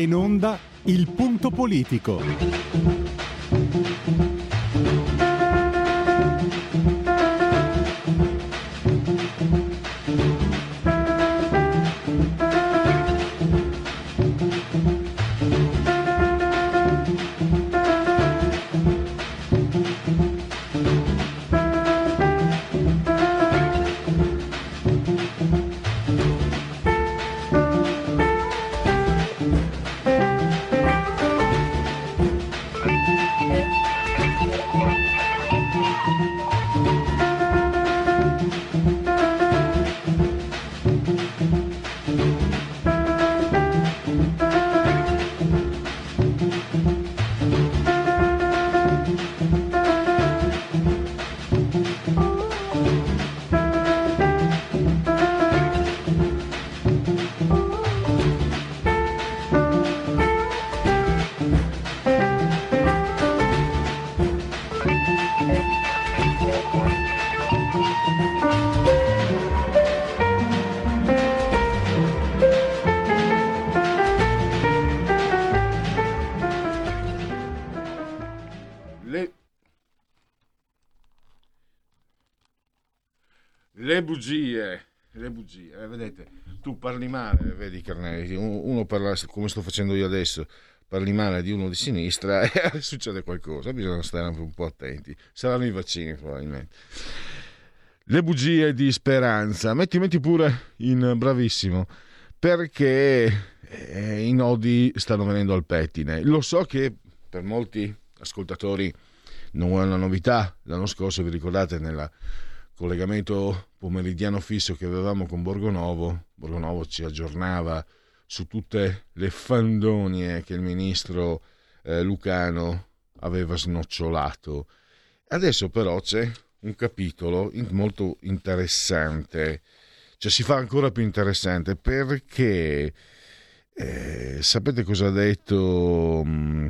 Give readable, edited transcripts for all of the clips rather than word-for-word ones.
in onda Il Punto Politico. Le bugie, vedete, tu parli male, vedi Carnelli, uno parla come sto facendo io adesso, parli male di uno di sinistra e succede qualcosa, bisogna stare un po' attenti, saranno i vaccini probabilmente. Le bugie di Speranza, metti pure in bravissimo, perché i nodi stanno venendo al pettine. Lo so che per molti ascoltatori non è una novità, l'anno scorso vi ricordate nel collegamento pomeridiano fisso che avevamo con Borgonovo ci aggiornava su tutte le fandonie che il ministro Lucano aveva snocciolato. Adesso però c'è un capitolo molto interessante, cioè si fa ancora più interessante perché sapete cosa ha detto?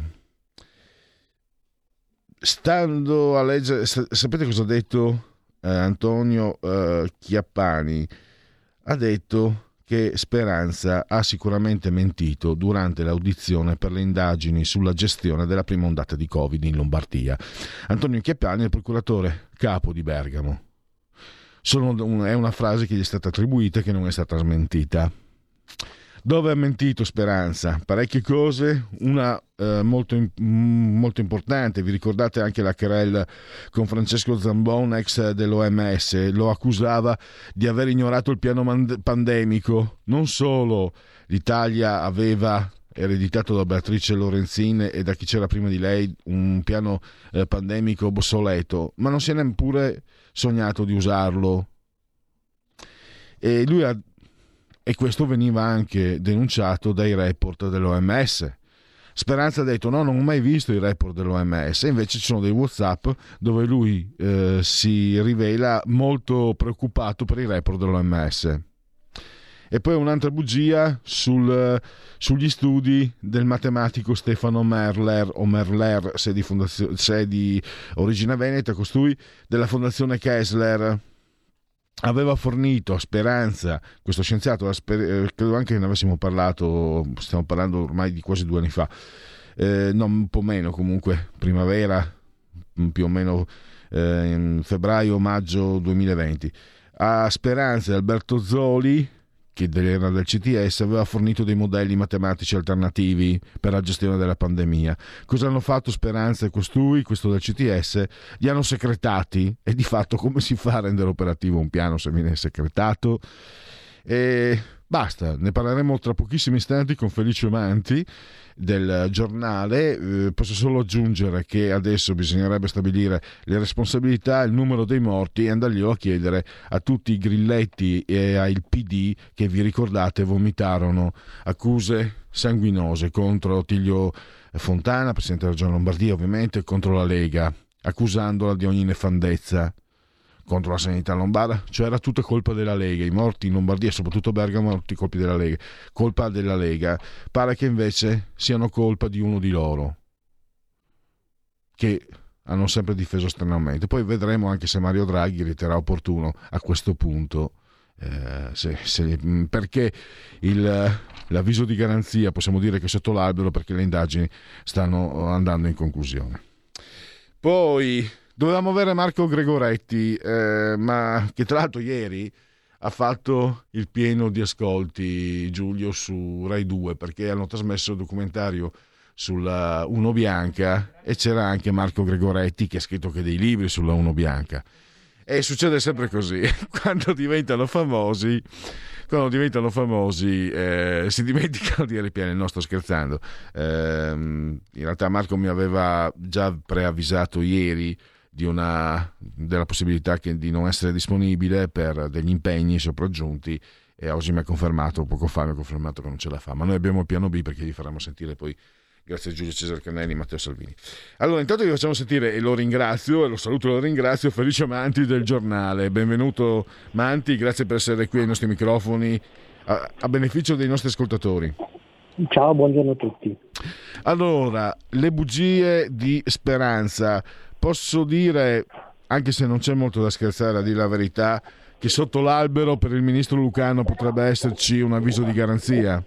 Stando a leggere, sapete cosa ha detto Antonio Chiappani? Ha detto che Speranza ha sicuramente mentito durante l'audizione per le indagini sulla gestione della prima ondata di Covid in Lombardia. Antonio Chiappani è il procuratore capo di Bergamo. È una frase che gli è stata attribuita e che non è stata smentita. Dove ha mentito Speranza? Parecchie cose, una molto importante. Vi ricordate anche la querela con Francesco Zambon, ex dell'OMS? Lo accusava di aver ignorato il piano pandemico. Non solo l'Italia aveva ereditato da Beatrice Lorenzin e da chi c'era prima di lei un piano pandemico obsoleto, ma non si è neppure sognato di usarlo. E questo veniva anche denunciato dai report dell'OMS. Speranza ha detto no, non ho mai visto i report dell'OMS, invece ci sono dei WhatsApp dove lui si rivela molto preoccupato per i report dell'OMS. E poi un'altra bugia sugli studi del matematico Stefano Merler, se di origine veneta, costui della Fondazione Kessler. Aveva fornito a Speranza, questo scienziato, credo anche che ne avessimo parlato, stiamo parlando ormai di quasi 2 anni fa, no, un po' meno comunque, primavera, più o meno in febbraio-maggio 2020, a Speranza e Alberto Zoli, che era del CTS, aveva fornito dei modelli matematici alternativi per la gestione della pandemia. Cosa hanno fatto Speranza e questo del CTS? Li hanno secretati, e di fatto come si fa a rendere operativo un piano se viene secretato? E basta, ne parleremo tra pochissimi istanti con Felice Manti del giornale. Posso solo aggiungere che adesso bisognerebbe stabilire le responsabilità, il numero dei morti e andarglielo a chiedere a tutti i grilletti e al PD che, vi ricordate, vomitarono accuse sanguinose contro Attilio Fontana, presidente della Regione Lombardia, ovviamente, contro la Lega, accusandola di ogni nefandezza contro la sanità lombarda. Cioè era tutta colpa della Lega, i morti in Lombardia, soprattutto Bergamo, tutti colpi della Lega, colpa della Lega. Pare che invece siano colpa di uno di loro, che hanno sempre difeso esternamente. Poi vedremo anche se Mario Draghi riterrà opportuno a questo punto Perché l'avviso di garanzia possiamo dire che è sotto l'albero perché le indagini stanno andando in conclusione. Poi dovevamo avere Marco Gregoretti, ma che tra l'altro ieri ha fatto il pieno di ascolti, Giulio, su Rai 2, perché hanno trasmesso il documentario sulla Uno Bianca e c'era anche Marco Gregoretti che ha scritto anche dei libri sulla Uno Bianca. E succede sempre così, quando diventano famosi si dimenticano di ripieni. No, sto scherzando. In realtà Marco mi aveva già preavvisato ieri della possibilità di non essere disponibile per degli impegni sopraggiunti, e oggi poco fa mi ha confermato che non ce la fa, ma noi abbiamo il piano B perché vi faremo sentire poi, grazie a Giulio Cesare Carnelli e Matteo Salvini. Allora, intanto vi facciamo sentire, e lo ringrazio, e lo saluto e lo ringrazio, Felice Manti del Giornale. Benvenuto Manti, grazie per essere qui ai nostri microfoni a beneficio dei nostri ascoltatori. Ciao, buongiorno a tutti. Allora, le bugie di Speranza. Posso dire, anche se non c'è molto da scherzare, a dire la verità, che sotto l'albero per il ministro Lucano potrebbe esserci un avviso di garanzia?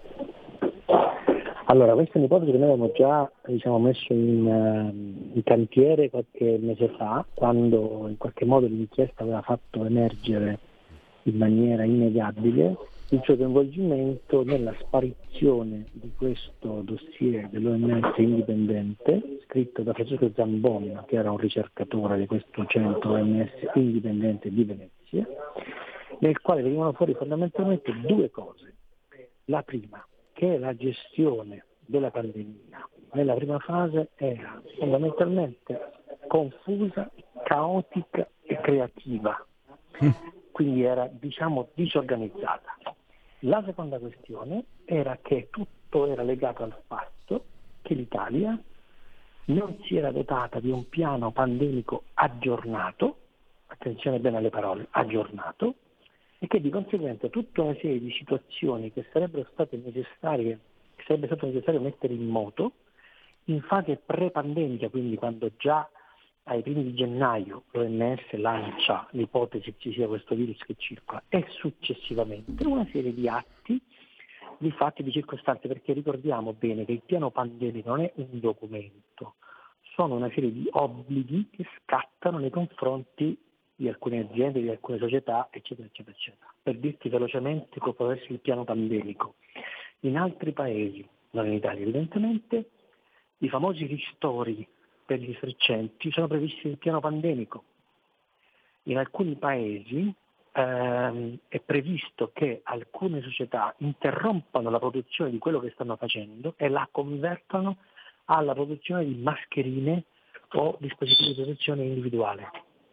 Allora, questa è un'ipotesi che noi avevamo già messo in cantiere qualche mese fa, quando in qualche modo l'inchiesta aveva fatto emergere in maniera innegabile il suo coinvolgimento nella sparizione di questo dossier dell'OMS indipendente, scritto da Francesco Zambon, che era un ricercatore di questo centro OMS indipendente di Venezia, nel quale venivano fuori fondamentalmente due cose. La prima, che la gestione della pandemia nella prima fase era fondamentalmente confusa, caotica e creativa, quindi era disorganizzata. La seconda questione era che tutto era legato al fatto che l'Italia non si era dotata di un piano pandemico aggiornato, attenzione bene alle parole, aggiornato, e che di conseguenza tutta una serie di situazioni che sarebbe stato necessario mettere in moto in fase pre-pandemica, quindi quando già ai primi di gennaio l'OMS lancia l'ipotesi che ci sia questo virus che circola, e successivamente una serie di atti, di fatti, di circostanze, perché ricordiamo bene che il piano pandemico non è un documento, sono una serie di obblighi che scattano nei confronti di alcune aziende, di alcune società, eccetera, eccetera, eccetera. Per dirti velocemente come può essere il piano pandemico. In altri paesi, non in Italia evidentemente, i famosi ristori per gli esercenti sono previsti nel piano pandemico. In alcuni paesi è previsto che alcune società interrompano la produzione di quello che stanno facendo e la convertano alla produzione di mascherine o dispositivi di protezione individuale.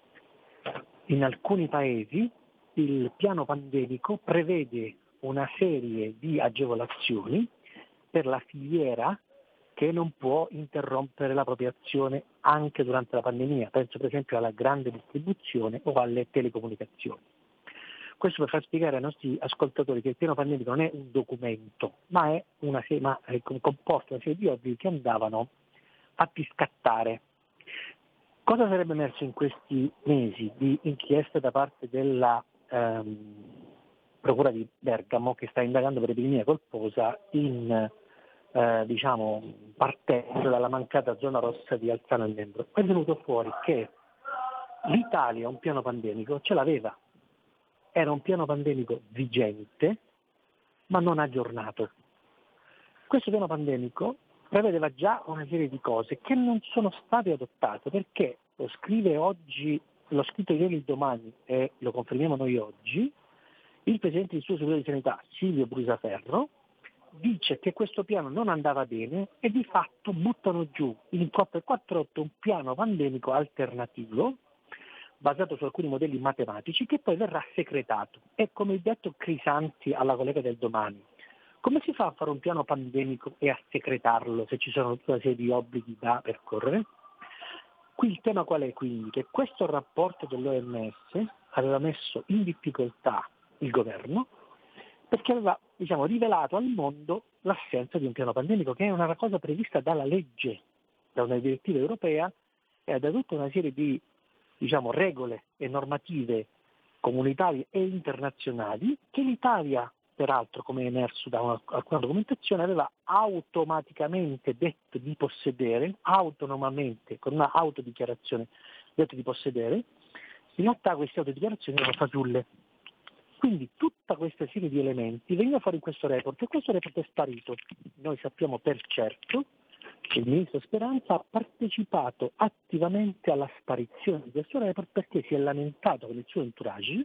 In alcuni paesi il piano pandemico prevede una serie di agevolazioni per la filiera che non può interrompere la propria azione anche durante la pandemia. Penso per esempio alla grande distribuzione o alle telecomunicazioni. Questo per far spiegare ai nostri ascoltatori che il piano pandemico non è un documento, ma comporta una serie di obblighi che andavano fatti scattare. Cosa sarebbe emerso in questi mesi di inchiesta da parte della Procura di Bergamo, che sta indagando per epidemia colposa partendo dalla mancata zona rossa di Alzano e Nembro? È venuto fuori che l'Italia un piano pandemico ce l'aveva, era un piano pandemico vigente ma non aggiornato. Questo piano pandemico prevedeva già una serie di cose che non sono state adottate, perché lo scritto ieri il Domani e lo confermiamo noi oggi, il Presidente dell'Istituto Superiore di Sanità, Silvio Brusaferro, dice che questo piano non andava bene e di fatto buttano giù in COP48 un piano pandemico alternativo basato su alcuni modelli matematici che poi verrà secretato. E come ha detto Crisanti alla collega del Domani, come si fa a fare un piano pandemico e a secretarlo se ci sono tutta una serie di obblighi da percorrere? Qui il tema qual è quindi? Che questo rapporto dell'OMS aveva messo in difficoltà il governo perché aveva rivelato al mondo l'assenza di un piano pandemico, che è una cosa prevista dalla legge, da una direttiva europea e da tutta una serie di regole e normative comunitari e internazionali, che l'Italia, peraltro, come è emerso da alcuna documentazione, aveva automaticamente detto di possedere, autonomamente, con una autodichiarazione detto di possedere. In realtà queste autodichiarazioni erano fasulle. Quindi tutta questa serie di elementi vengono fuori in questo report, e questo report è sparito. Noi sappiamo per certo che il ministro Speranza ha partecipato attivamente alla sparizione di questo report, perché si è lamentato con il suo entourage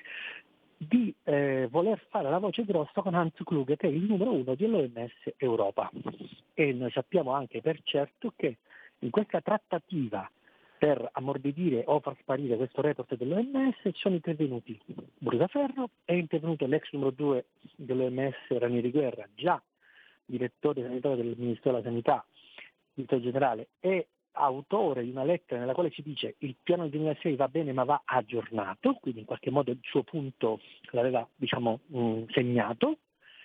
di voler fare la voce grossa con Hans Kluge, che è il numero uno dell'OMS Europa. E noi sappiamo anche per certo che in questa trattativa per ammorbidire o far sparire questo report dell'OMS sono intervenuti Brusaferro, è intervenuto l'ex numero 2 dell'OMS Ranieri Guerra, già direttore sanitario del Ministero della Sanità, direttore generale, e autore di una lettera nella quale si dice il piano del 2006 va bene ma va aggiornato, quindi in qualche modo il suo punto l'aveva segnato,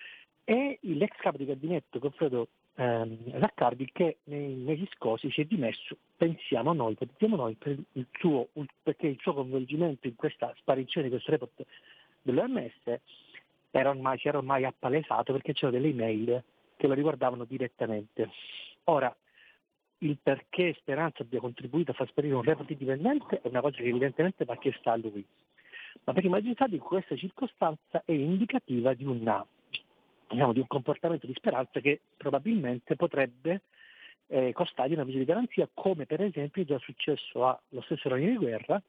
e l'ex capo di gabinetto Goffredo Raccardi, che nei mesi scorsi si è dimesso, pensiamo noi, perché il suo coinvolgimento in questa sparizione di questo report dell'OMS si era ormai appalesato, perché c'erano delle email che lo riguardavano direttamente. Ora, il perché Speranza abbia contribuito a far sparire un report indipendente è una cosa che evidentemente va chiesta a lui, ma per i magistrati questa circostanza è indicativa di un comportamento di Speranza che probabilmente potrebbe costargli una misura di garanzia, come per esempio è già successo allo stesso Ranieri Guerra,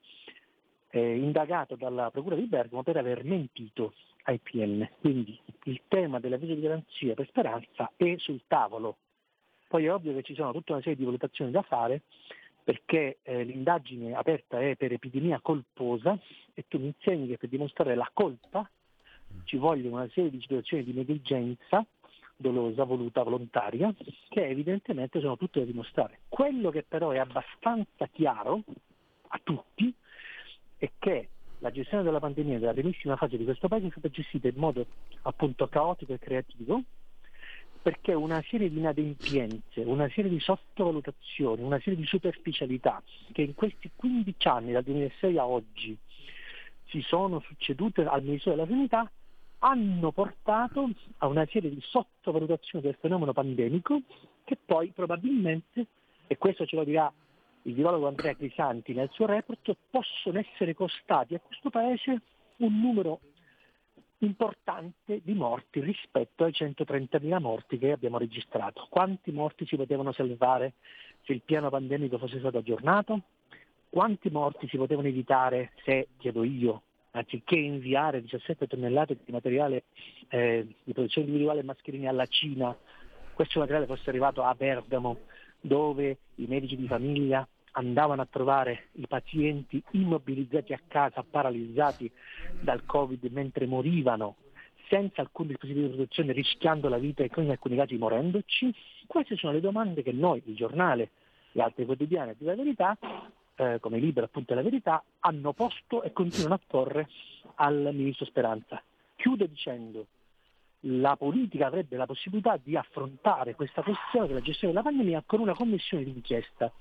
indagato dalla Procura di Bergamo per aver mentito ai PM. Quindi il tema della misura di garanzia per Speranza è sul tavolo. Poi è ovvio che ci sono tutta una serie di valutazioni da fare, perché l'indagine aperta è per epidemia colposa, e tu mi insegni che per dimostrare la colpa ci vogliono una serie di situazioni di negligenza dolosa, voluta, volontaria, che evidentemente sono tutte da dimostrare. Quello che però è abbastanza chiaro a tutti è che la gestione della pandemia della primissima fase di questo paese è stata gestita in modo appunto caotico e creativo, perché una serie di inadempienze, una serie di sottovalutazioni, una serie di superficialità che in questi 15 anni, dal 2006 a oggi, si sono succedute al Ministero della Sanità, hanno portato a una serie di sottovalutazioni del fenomeno pandemico che poi probabilmente, e questo ce lo dirà il virologo Andrea Crisanti nel suo report, possono essere costati a questo Paese un numero importante di morti rispetto ai 130.000 morti che abbiamo registrato. Quanti morti si potevano salvare se il piano pandemico fosse stato aggiornato? Quanti morti si potevano evitare se, chiedo io, anziché inviare 17 tonnellate di materiale di protezione individuale e mascherine alla Cina, questo materiale fosse arrivato a Bergamo, dove i medici di famiglia andavano a trovare i pazienti immobilizzati a casa, paralizzati dal Covid mentre morivano, senza alcun dispositivo di protezione, rischiando la vita e in alcuni casi morendoci? Queste sono le domande che noi, il giornale e altri quotidiani di La Verità, come Libero appunto La Verità, hanno posto e continuano a porre al ministro Speranza. Chiudo dicendo: la politica avrebbe la possibilità di affrontare questa questione della gestione della pandemia con una commissione di inchiesta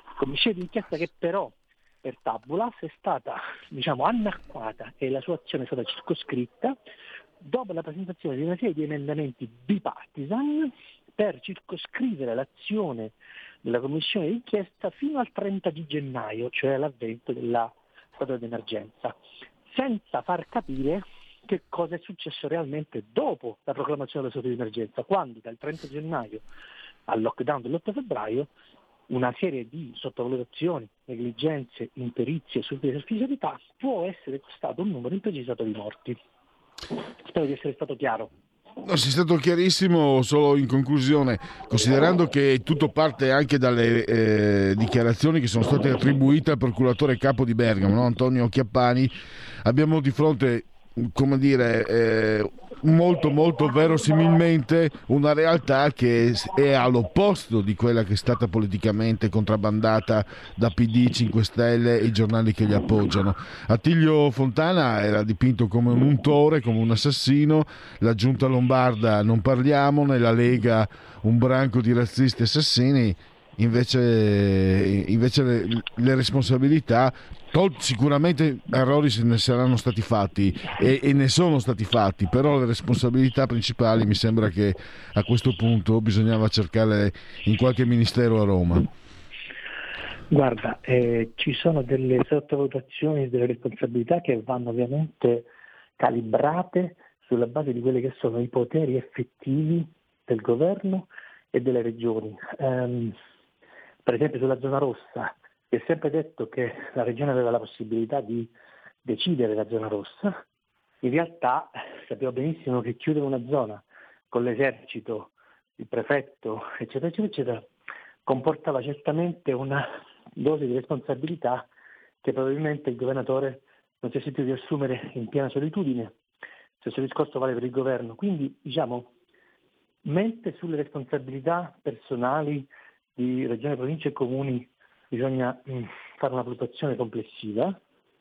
che però per tabulas è stata annacquata, e la sua azione è stata circoscritta dopo la presentazione di una serie di emendamenti bipartisan per circoscrivere l'azione della commissione di inchiesta fino al 30 di gennaio, cioè all'avvento della stato d'emergenza, senza far capire che cosa è successo realmente dopo la proclamazione dello stato di emergenza, quando dal 30 gennaio al lockdown dell'8 febbraio una serie di sottovalutazioni, negligenze, imperizie, superficialità può essere costato un numero imprecisato di morti. Spero di essere stato chiaro. No, sei stato chiarissimo. Solo in conclusione, considerando che tutto parte anche dalle dichiarazioni che sono state attribuite al procuratore capo di Bergamo, no? Antonio Chiappani, abbiamo di fronte, come dire, molto verosimilmente una realtà che è all'opposto di quella che è stata politicamente contrabbandata da PD, 5 Stelle e i giornali che li appoggiano. Attilio Fontana era dipinto come un untore, come un assassino, la giunta lombarda non parliamo, nella Lega un branco di razzisti assassini. invece le responsabilità, sicuramente errori se ne saranno stati fatti e ne sono stati fatti, però le responsabilità principali mi sembra che a questo punto bisognava cercarle in qualche ministero a Roma. Guarda, ci sono delle sottovalutazioni delle responsabilità che vanno ovviamente calibrate sulla base di quelli che sono i poteri effettivi del governo e delle regioni. Per esempio sulla zona rossa, si è sempre detto che la regione aveva la possibilità di decidere la zona rossa, in realtà sappiamo benissimo che chiudere una zona con l'esercito, il prefetto, eccetera, eccetera, eccetera, comportava certamente una dose di responsabilità che probabilmente il governatore non si è sentito di assumere in piena solitudine. Stesso discorso vale per il governo. Quindi, diciamo, mentre sulle responsabilità personali di regione, province e comuni bisogna fare una valutazione complessiva,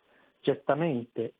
certamente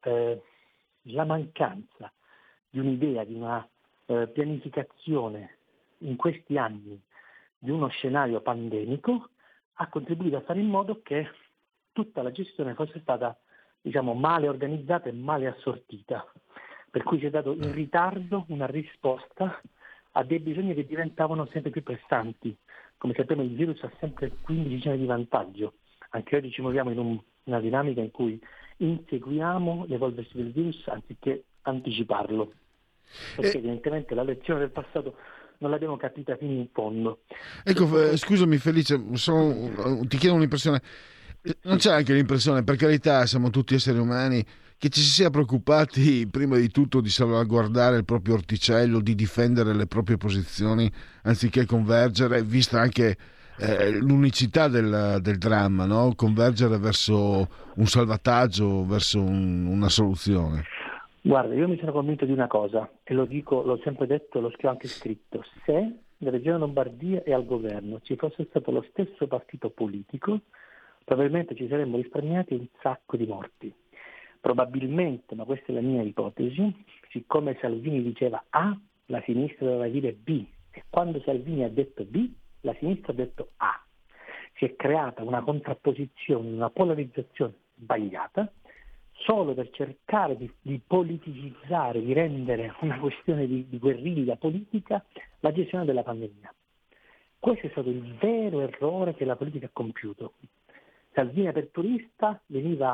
la mancanza di un'idea, di una pianificazione in questi anni di uno scenario pandemico ha contribuito a fare in modo che tutta la gestione fosse stata, diciamo, male organizzata e male assortita, per cui si è dato in ritardo una risposta a dei bisogni che diventavano sempre più pressanti. Come sappiamo, il virus ha sempre 15 giorni di vantaggio. Anche oggi ci muoviamo in una dinamica in cui inseguiamo l'evolversi del virus anziché anticiparlo, perché evidentemente la lezione del passato non l'abbiamo capita fino in fondo. Ecco, scusami Felice, ti chiedo un'impressione. Non c'è anche l'impressione, per carità, siamo tutti esseri umani, che ci si sia preoccupati prima di tutto di salvaguardare il proprio orticello, di difendere le proprie posizioni, anziché convergere, vista anche l'unicità del dramma, no? Convergere verso un salvataggio, verso una soluzione. Guarda, io mi sono convinto di una cosa, e lo dico, l'ho sempre detto, l'ho anche scritto: se la Regione Lombardia e al governo ci fosse stato lo stesso partito politico, probabilmente ci saremmo risparmiati un sacco di morti. Probabilmente, ma questa è la mia ipotesi, siccome Salvini diceva A, la sinistra doveva dire B, e quando Salvini ha detto B, la sinistra ha detto A. Si è creata una contrapposizione, una polarizzazione sbagliata, solo per cercare di politicizzare, di rendere una questione di guerriglia politica la gestione della pandemia. Questo è stato il vero errore che la politica ha compiuto. Salvini aperturista veniva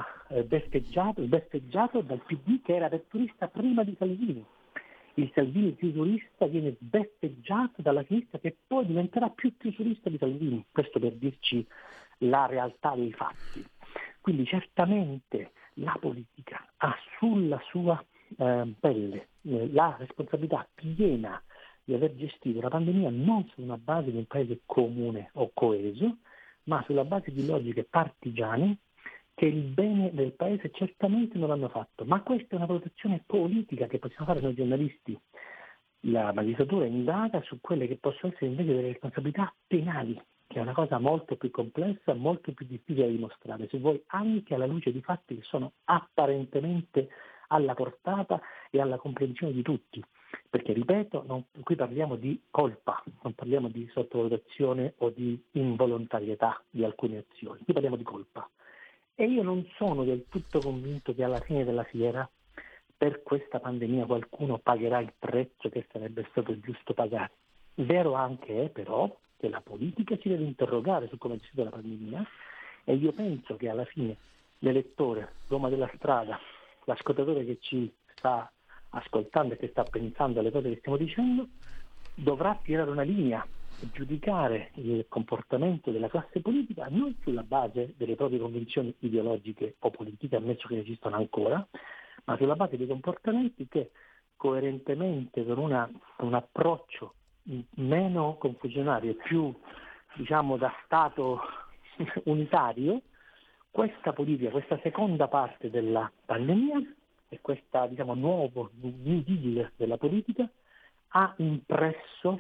besteggiato dal PD che era aperturista prima di Salvini. Il Salvini chiusurista viene besteggiato dalla sinistra che poi diventerà più chiusurista di Salvini. Questo per dirci la realtà dei fatti. Quindi certamente la politica ha sulla sua pelle la responsabilità piena di aver gestito la pandemia non su una base di un paese comune o coeso, ma sulla base di logiche partigiane che il bene del paese certamente non l'hanno fatto. Ma questa è una valutazione politica che possiamo fare noi giornalisti. La magistratura indaga su quelle che possono essere invece delle responsabilità penali, che è una cosa molto più complessa, molto più difficile da dimostrare, se vuoi anche alla luce di fatti che sono apparentemente alla portata e alla comprensione di tutti. Perché, ripeto, qui parliamo di colpa, non parliamo di sottovalutazione o di involontarietà di alcune azioni, qui parliamo di colpa. E io non sono del tutto convinto che alla fine della fiera per questa pandemia qualcuno pagherà il prezzo che sarebbe stato giusto pagare. Vero anche è però che la politica si deve interrogare su come è gestita la pandemia, e io penso che alla fine l'elettore, l'uomo della strada, l'ascoltatore che ci sta ascoltando e che sta pensando alle cose che stiamo dicendo, dovrà tirare una linea e giudicare il comportamento della classe politica non sulla base delle proprie convinzioni ideologiche o politiche, ammesso che ne esistano ancora, ma sulla base dei comportamenti che coerentemente con un approccio meno confusionario e più, diciamo, da Stato unitario, questa politica, questa seconda parte della pandemia e questa, diciamo, nuovo New Deal della politica ha impresso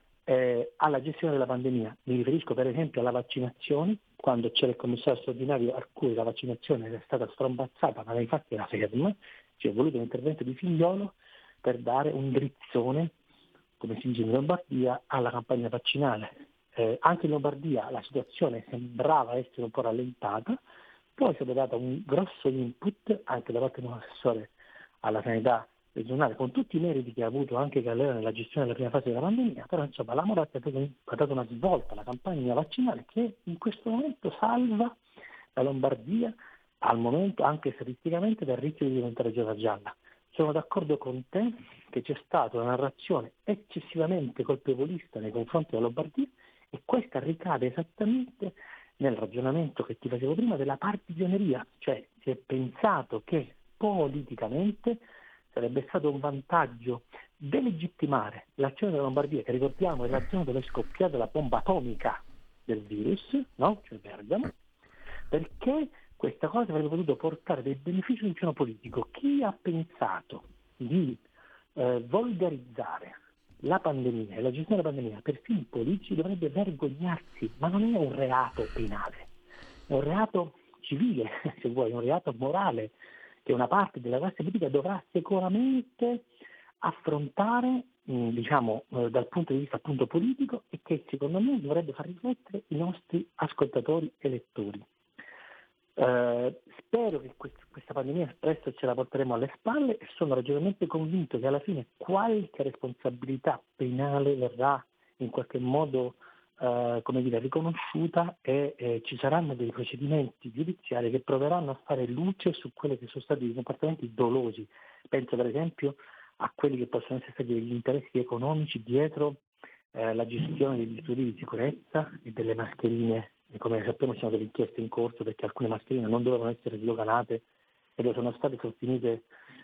alla gestione della pandemia. Mi riferisco per esempio alla vaccinazione, quando c'era il commissario straordinario a cui la vaccinazione era stata strombazzata, ma nei fatti era ferma, ci è voluto un intervento di Figliolo per dare un drizzone, come si dice in Lombardia, alla campagna vaccinale. anche in Lombardia la situazione sembrava essere un po' rallentata, poi è stato dato un grosso input anche da parte di un assessore alla sanità regionale, con tutti i meriti che ha avuto anche Gallera nella gestione della prima fase della pandemia, però insomma la Moratti ha dato una svolta alla campagna vaccinale che in questo momento salva la Lombardia al momento anche statisticamente dal rischio di diventare zona gialla. Sono d'accordo con te che c'è stata una narrazione eccessivamente colpevolista nei confronti della Lombardia e questa ricade esattamente nel ragionamento che ti facevo prima della partigianeria, cioè si è pensato che politicamente sarebbe stato un vantaggio delegittimare l'azione della Lombardia, che ricordiamo è l'azione dove è scoppiata la bomba atomica del virus, no? Cioè Bergamo, perché questa cosa avrebbe potuto portare dei benefici sul piano politico. Chi ha pensato di volgarizzare la pandemia e la gestione della pandemia per fini politici dovrebbe vergognarsi, ma non è un reato penale, è un reato civile, se vuoi, un reato morale che una parte della classe politica dovrà sicuramente affrontare dal punto di vista appunto politico e che secondo me dovrebbe far riflettere i nostri ascoltatori e lettori. Spero che questa pandemia presto ce la porteremo alle spalle e sono ragionevolmente convinto che alla fine qualche responsabilità penale verrà in qualche modo riconosciuta e ci saranno dei procedimenti giudiziari che proveranno a fare luce su quelli che sono stati dei comportamenti dolosi. Penso per esempio a quelli che possono essere stati degli interessi economici dietro la gestione degli dispositivi di sicurezza e delle mascherine. E come sappiamo ci sono delle inchieste in corso perché alcune mascherine non dovevano essere sloganate e lo sono state sostenute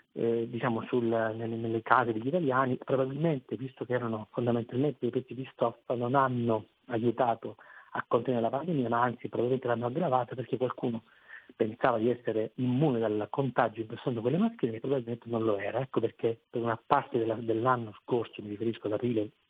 nelle case degli italiani, probabilmente visto che erano fondamentalmente dei pezzi di stoffa non hanno aiutato a contenere la pandemia, ma anzi probabilmente l'hanno aggravata perché qualcuno pensava di essere immune dal contagio indossando quelle mascherine e probabilmente non lo era. Ecco perché per una parte dell'anno scorso, mi riferisco ad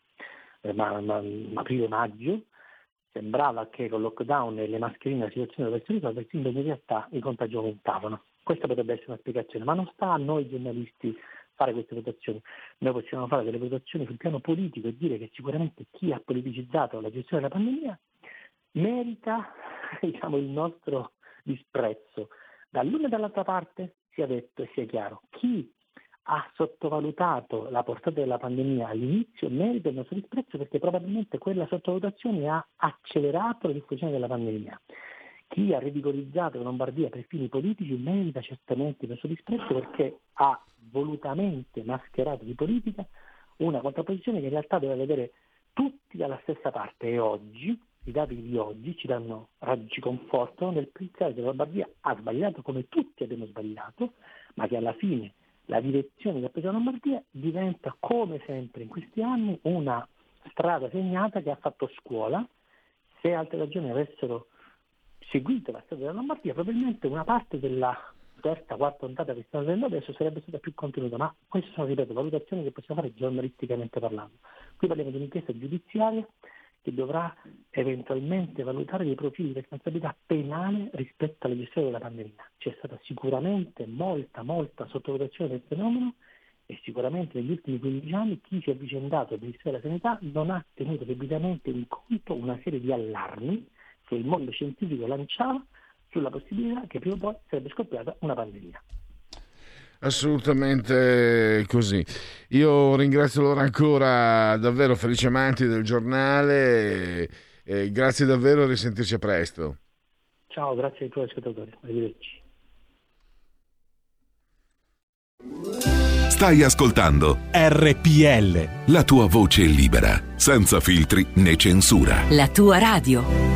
aprile-maggio, sembrava che con il lockdown e le mascherine la situazione dovesse risolversi, invece in realtà i contagi aumentavano. Questa potrebbe essere una spiegazione, ma non sta a noi giornalisti fare queste votazioni. Noi possiamo fare delle votazioni sul piano politico e dire che sicuramente chi ha politicizzato la gestione della pandemia merita il nostro disprezzo. Dall'una e dall'altra parte sia detto e sia chiaro, chi ha sottovalutato la portata della pandemia all'inizio merita il nostro disprezzo perché probabilmente quella sottovalutazione ha accelerato la diffusione della pandemia. Chi ha ridicolizzato la Lombardia per fini politici merita certamente il nostro disprezzo perché ha volutamente mascherato di politica una contrapposizione che in realtà deve vedere tutti dalla stessa parte e oggi, i dati di oggi ci confortano nel pensare che la Lombardia ha sbagliato come tutti abbiamo sbagliato, ma che alla fine la direzione che ha preso la Lombardia diventa come sempre in questi anni una strada segnata che ha fatto scuola. Se altre regioni avessero seguito la strada della Lombardia probabilmente una parte della terza, quarta ondata che stiamo vedendo adesso sarebbe stata più contenuta, ma queste sono, ripeto, valutazioni che possiamo fare giornalisticamente parlando. Qui parliamo di un'inchiesta giudiziaria che dovrà eventualmente valutare dei profili di responsabilità penale rispetto alla gestione della pandemia. C'è stata sicuramente molta sottovalutazione del fenomeno e sicuramente negli ultimi 15 anni chi si è avvicendato al Ministero della Sanità non ha tenuto debitamente in conto una serie di allarmi che il mondo scientifico lanciava sulla possibilità che prima o poi sarebbe scoppiata una pandemia. Assolutamente così. Io ringrazio allora ancora davvero Felice Manti del giornale e grazie davvero, a risentirci a presto. Ciao, grazie ai tuoi ascoltatori, arrivederci. Stai ascoltando RPL, la tua voce libera, senza filtri né censura. La tua radio.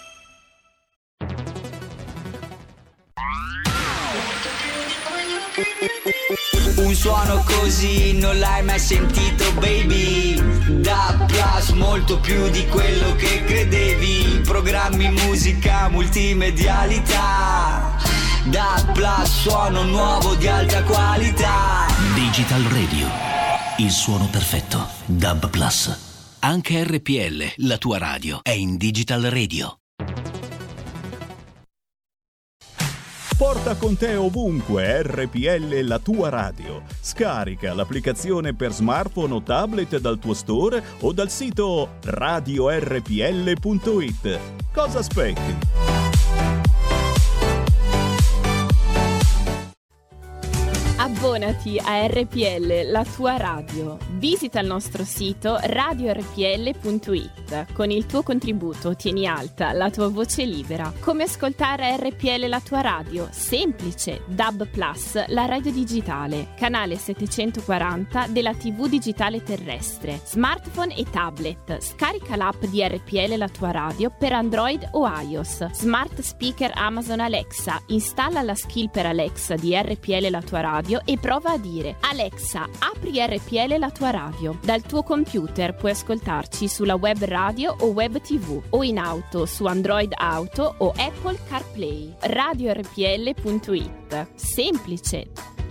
Un suono così non l'hai mai sentito, baby. Da Plus, molto più di quello che credevi. Programmi, musica, multimedialità. Da Plus, suono nuovo di alta qualità. Digital Radio, il suono perfetto. DAB Plus. Anche RPL, la tua radio, è in Digital Radio. Porta con te ovunque RPL, la tua radio. Scarica l'applicazione per smartphone o tablet dal tuo store o dal sito radiorpl.it. Cosa aspetti? Abbonati a RPL, la tua radio. Visita il nostro sito radiorpl.it. Con il tuo contributo tieni alta la tua voce libera. Come ascoltare RPL, la tua radio? Semplice. DAB+, la radio digitale. Canale 740 della TV digitale terrestre. Smartphone e tablet. Scarica l'app di RPL, la tua radio per Android o iOS. Smart speaker Amazon Alexa. Installa la skill per Alexa di RPL, la tua radio e prova a dire: Alexa, apri RPL, la tua radio. Dal tuo computer puoi ascoltarci sulla web radio o web TV o in auto su Android Auto o Apple CarPlay. radiorpl.it. Semplice.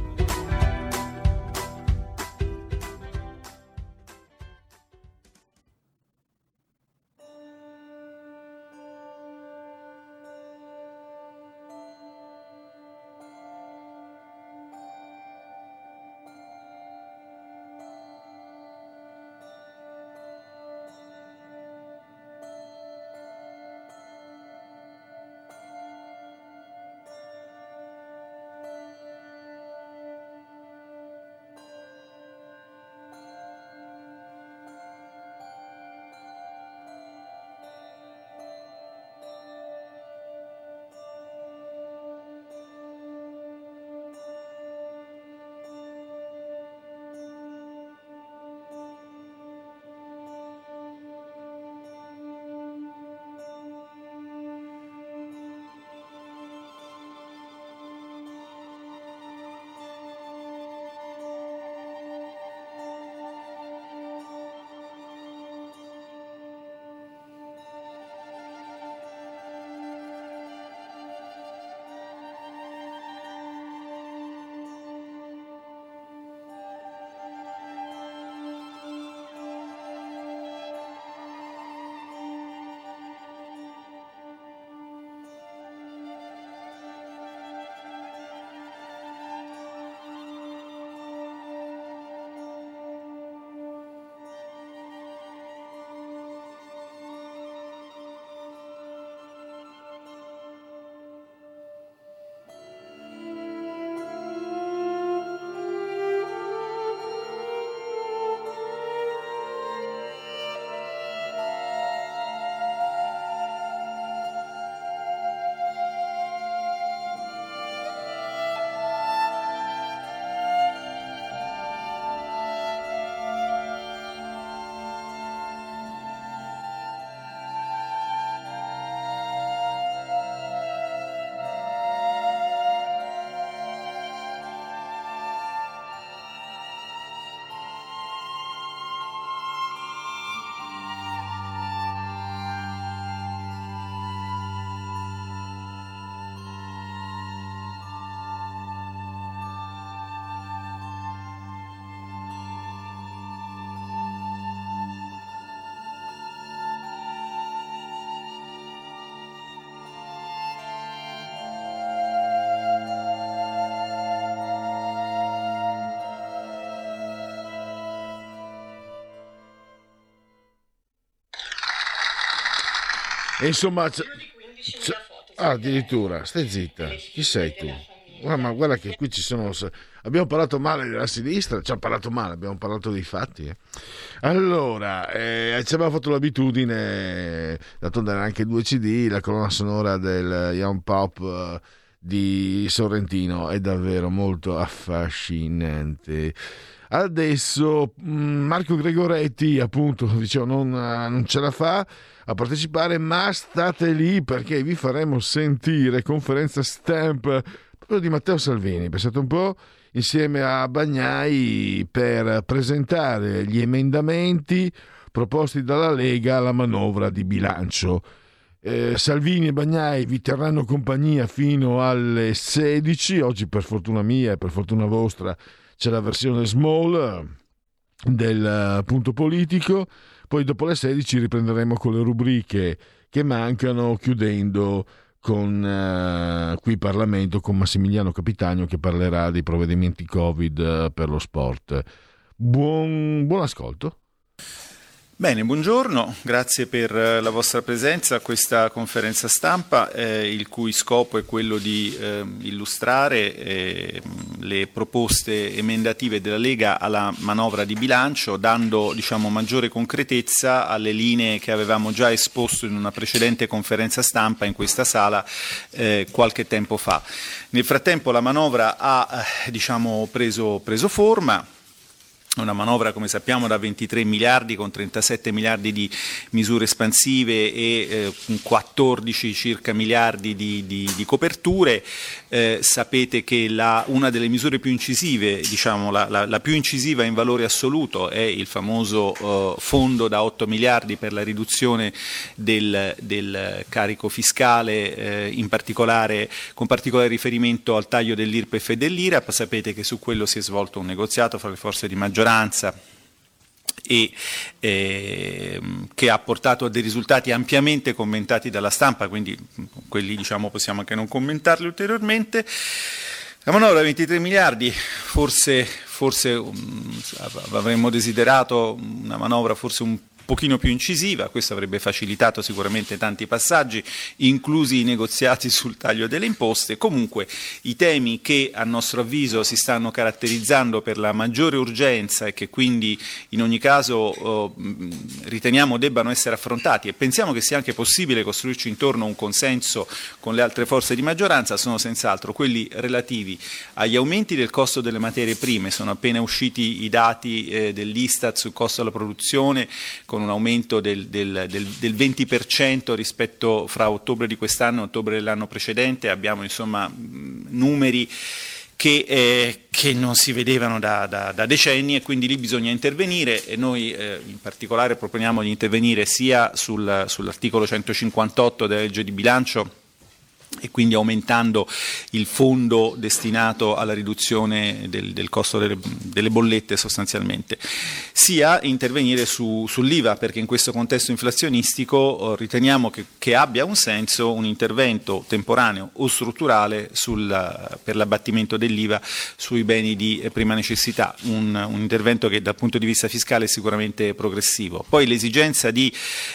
E insomma, addirittura, stai zitta, chi sei tu? Ma guarda che qui ci sono. Abbiamo parlato male della sinistra, ci ha parlato male, abbiamo parlato dei fatti. Allora, ci abbiamo fatto l'abitudine, d'altronde era anche 2 CD, la colonna sonora del Young Pop di Sorrentino è davvero molto affascinante. Adesso Marco Gregoretti, appunto, dicevo, non ce la fa a partecipare, ma state lì perché vi faremo sentire conferenza stampa proprio di Matteo Salvini, pensate un po', insieme a Bagnai per presentare gli emendamenti proposti dalla Lega alla manovra di bilancio. Salvini e Bagnai vi terranno compagnia fino alle 16. Oggi, per fortuna mia e per fortuna vostra, c'è la versione small del punto politico. Poi dopo le 16 riprenderemo con le rubriche che mancano, chiudendo con qui in Parlamento con Massimiliano Capitagno, che parlerà dei provvedimenti Covid per lo sport. Buon ascolto. Bene, buongiorno, grazie per la vostra presenza a questa conferenza stampa, il cui scopo è quello di illustrare le proposte emendative della Lega alla manovra di bilancio, dando maggiore concretezza alle linee che avevamo già esposto in una precedente conferenza stampa in questa sala qualche tempo fa. Nel frattempo la manovra ha preso forma. Una manovra, come sappiamo, da 23 miliardi con 37 miliardi di misure espansive e 14 circa miliardi di coperture. Sapete che una delle misure più incisive, la più incisiva in valore assoluto, è il famoso fondo da 8 miliardi per la riduzione del carico fiscale, in particolare con particolare riferimento al taglio dell'IRPEF e dell'IRAP. Sapete che su quello si è svolto un negoziato fra le forze di maggioranza e che ha portato a dei risultati ampiamente commentati dalla stampa, quindi quelli possiamo anche non commentarli ulteriormente. La manovra 23 miliardi, forse avremmo desiderato una manovra forse un pochino più incisiva, questo avrebbe facilitato sicuramente tanti passaggi, inclusi i negoziati sul taglio delle imposte. Comunque i temi che a nostro avviso si stanno caratterizzando per la maggiore urgenza e che quindi in ogni caso riteniamo debbano essere affrontati e pensiamo che sia anche possibile costruirci intorno un consenso con le altre forze di maggioranza sono senz'altro quelli relativi agli aumenti del costo delle materie prime. Sono appena usciti i dati dell'Istat sul costo della produzione, con un aumento del 20% rispetto fra ottobre di quest'anno e ottobre dell'anno precedente. Abbiamo numeri che non si vedevano da decenni e quindi lì bisogna intervenire e noi in particolare proponiamo di intervenire sia sull'articolo 158 della legge di bilancio e quindi aumentando il fondo destinato alla riduzione del costo delle bollette sostanzialmente, sia intervenire sull'IVA, perché in questo contesto inflazionistico riteniamo che abbia un senso un intervento temporaneo o strutturale per l'abbattimento dell'IVA sui beni di prima necessità, un intervento che dal punto di vista fiscale è sicuramente progressivo. Poi l'esigenza di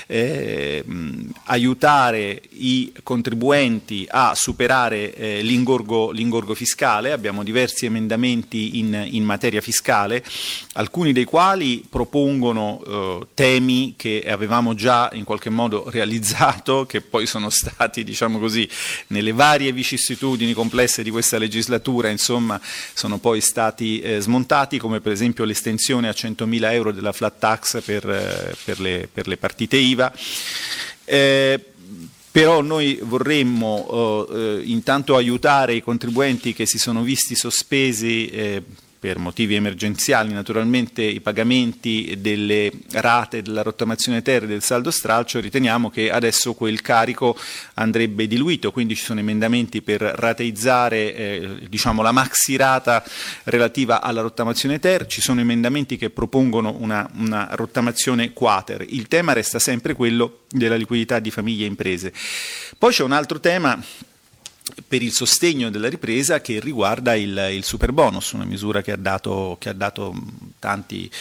aiutare i contribuenti a superare l'ingorgo fiscale. Abbiamo diversi emendamenti in materia fiscale, alcuni dei quali propongono temi che avevamo già in qualche modo realizzato, che poi sono stati, nelle varie vicissitudini complesse di questa legislatura, sono poi stati smontati, come per esempio l'estensione a 100.000 euro della flat tax per le partite IVA. Però noi vorremmo intanto aiutare i contribuenti che si sono visti sospesi per motivi emergenziali naturalmente i pagamenti delle rate della rottamazione ter e del saldo stralcio. Riteniamo che adesso quel carico andrebbe diluito, quindi ci sono emendamenti per rateizzare la maxi rata relativa alla rottamazione ter, ci sono emendamenti che propongono una rottamazione quater. Il tema resta sempre quello della liquidità di famiglie e imprese. Poi c'è un altro tema per il sostegno della ripresa che riguarda il superbonus, una misura che ha dato tanti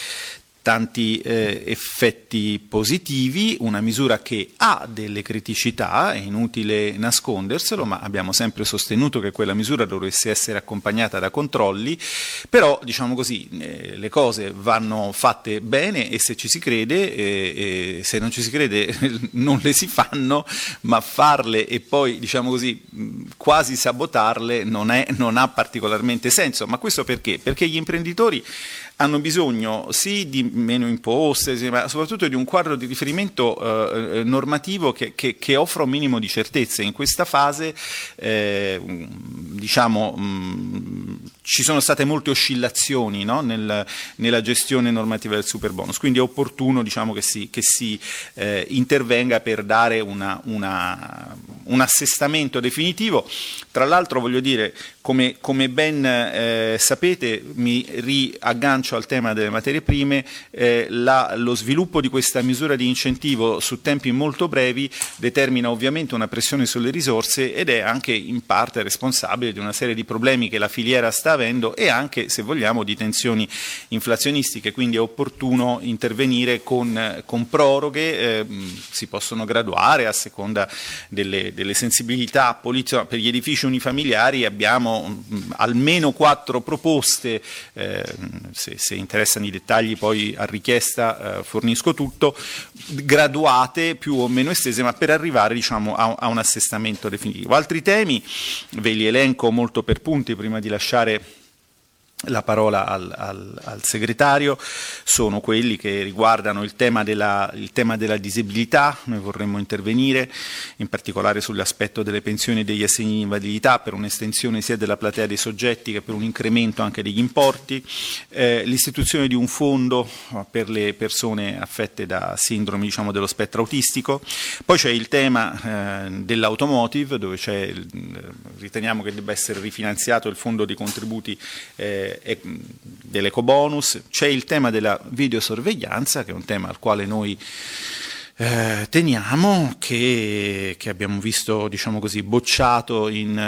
effetti positivi, una misura che ha delle criticità, è inutile nasconderselo, ma abbiamo sempre sostenuto che quella misura dovesse essere accompagnata da controlli, però le cose vanno fatte bene e se ci si crede, se non ci si crede non le si fanno, ma farle e poi quasi sabotarle non ha particolarmente senso. Ma questo perché? Perché gli imprenditori hanno bisogno sì di meno imposte, ma soprattutto di un quadro di riferimento normativo che offra un minimo di certezze. In questa fase ci sono state molte oscillazioni, no? nella gestione normativa del superbonus, quindi è opportuno, diciamo, che si intervenga per dare un assestamento definitivo. Tra l'altro, voglio dire, come ben sapete, mi riaggancio al tema delle materie prime, lo sviluppo di questa misura di incentivo su tempi molto brevi determina ovviamente una pressione sulle risorse ed è anche in parte responsabile di una serie di problemi che la filiera sta avendo e anche, se vogliamo, di tensioni inflazionistiche, quindi è opportuno intervenire con proroghe, si possono graduare a seconda delle sensibilità politiche. Per gli edifici unifamiliari abbiamo almeno 4 proposte, se interessano i dettagli poi a richiesta fornisco tutto, graduate più o meno estese, ma per arrivare, diciamo, a un assestamento definitivo. Altri temi ve li elenco molto per punti prima di lasciare la parola al segretario. Sono quelli che riguardano il tema della disabilità. Noi vorremmo intervenire in particolare sull'aspetto delle pensioni e degli assegni di invalidità per un'estensione sia della platea dei soggetti che per un incremento anche degli importi, l'istituzione di un fondo per le persone affette da sindromi, diciamo, dello spettro autistico. Poi c'è il tema dell'automotive, dove riteniamo che debba essere rifinanziato il fondo di contributi dell'ecobonus. C'è il tema della videosorveglianza, che è un tema al quale noi teniamo, che abbiamo visto, diciamo così, bocciato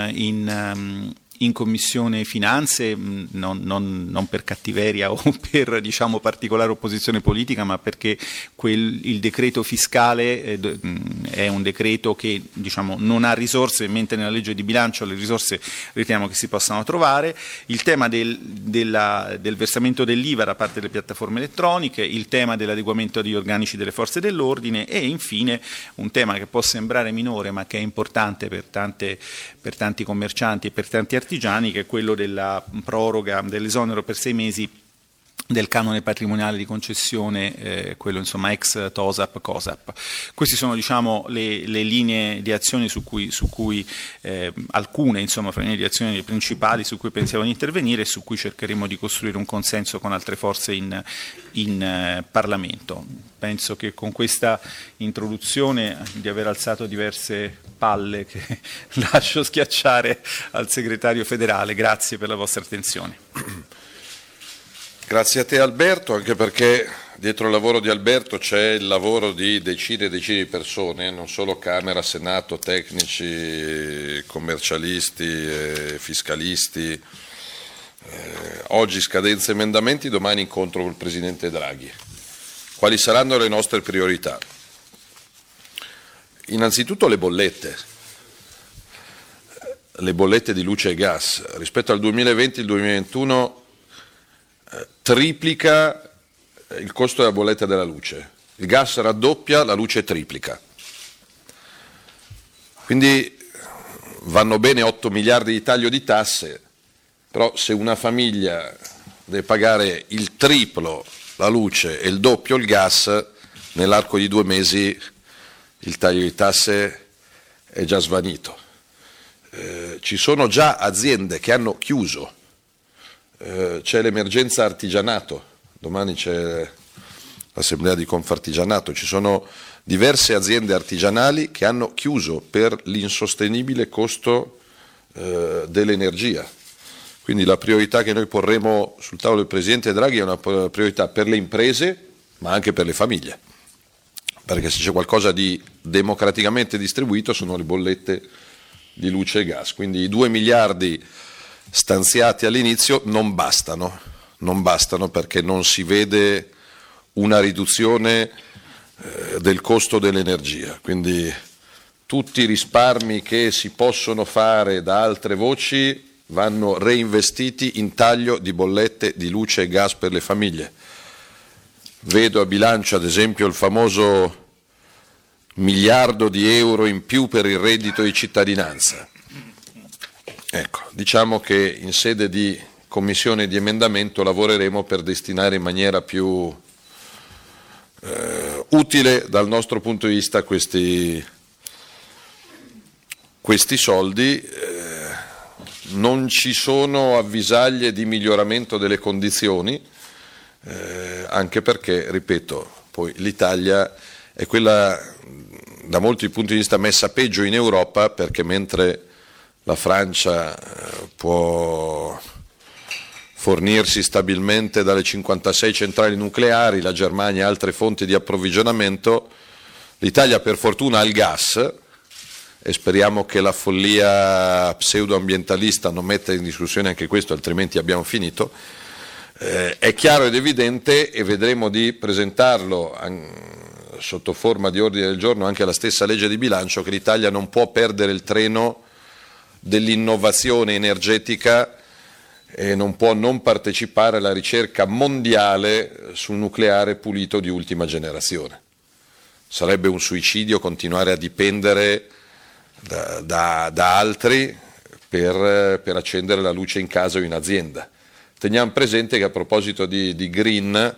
in Commissione Finanze, non per cattiveria o per, diciamo, particolare opposizione politica, ma perché il decreto fiscale è un decreto che, diciamo, non ha risorse, mentre nella legge di bilancio le risorse riteniamo che si possano trovare. Il tema del versamento dell'IVA da parte delle piattaforme elettroniche, il tema dell'adeguamento degli organici delle forze dell'ordine e infine un tema che può sembrare minore ma che è importante per tanti commercianti e per tanti artigiani, che è quello della proroga dell'esonero per 6 mesi del canone patrimoniale di concessione, quello, insomma, ex TOSAP, COSAP. Queste sono, diciamo, le linee di azione su cui alcune, insomma, fra le linee di azione principali su cui pensiamo di intervenire e su cui cercheremo di costruire un consenso con altre forze in Parlamento. Penso che con questa introduzione di aver alzato diverse palle che lascio schiacciare al segretario federale. Grazie per la vostra attenzione. Grazie a te Alberto, anche perché dietro il lavoro di Alberto c'è il lavoro di decine e decine di persone, non solo Camera, Senato, tecnici, commercialisti, fiscalisti. Oggi scadenza emendamenti, domani incontro col Presidente Draghi. Quali saranno le nostre priorità? Innanzitutto le bollette di luce e gas. Rispetto al 2020, il 2021 triplica il costo della bolletta della luce, il gas raddoppia, la luce triplica. Quindi vanno bene 8 miliardi di taglio di tasse, però se una famiglia deve pagare il triplo la luce e il doppio il gas, nell'arco di 2 mesi il taglio di tasse è già svanito. Ci sono già aziende che hanno chiuso. C'è l'emergenza artigianato, domani c'è l'assemblea di Confartigianato, ci sono diverse aziende artigianali che hanno chiuso per l'insostenibile costo dell'energia. Quindi la priorità che noi porremo sul tavolo del Presidente Draghi è una priorità per le imprese ma anche per le famiglie, perché se c'è qualcosa di democraticamente distribuito sono le bollette di luce e gas, quindi i 2 miliardi stanziati all'inizio non bastano perché non si vede una riduzione del costo dell'energia, quindi tutti i risparmi che si possono fare da altre voci vanno reinvestiti in taglio di bollette di luce e gas per le famiglie. Vedo a bilancio ad esempio il famoso miliardo di euro in più per il reddito di cittadinanza. Ecco, diciamo che in sede di commissione di emendamento lavoreremo per destinare in maniera più utile dal nostro punto di vista questi soldi. non ci sono avvisaglie di miglioramento delle condizioni, anche perché, ripeto, poi l'Italia è quella da molti punti di vista messa peggio in Europa, perché mentre la Francia può fornirsi stabilmente dalle 56 centrali nucleari, la Germania ha altre fonti di approvvigionamento, l'Italia per fortuna ha il gas, e speriamo che la follia pseudoambientalista non metta in discussione anche questo, altrimenti abbiamo finito. È chiaro ed evidente, e vedremo di presentarlo sotto forma di ordine del giorno anche alla stessa legge di bilancio, che l'Italia non può perdere il treno dell'innovazione energetica e non può non partecipare alla ricerca mondiale sul nucleare pulito di ultima generazione. Sarebbe un suicidio continuare a dipendere da altri per accendere la luce in casa o in azienda. Teniamo presente che a proposito di green,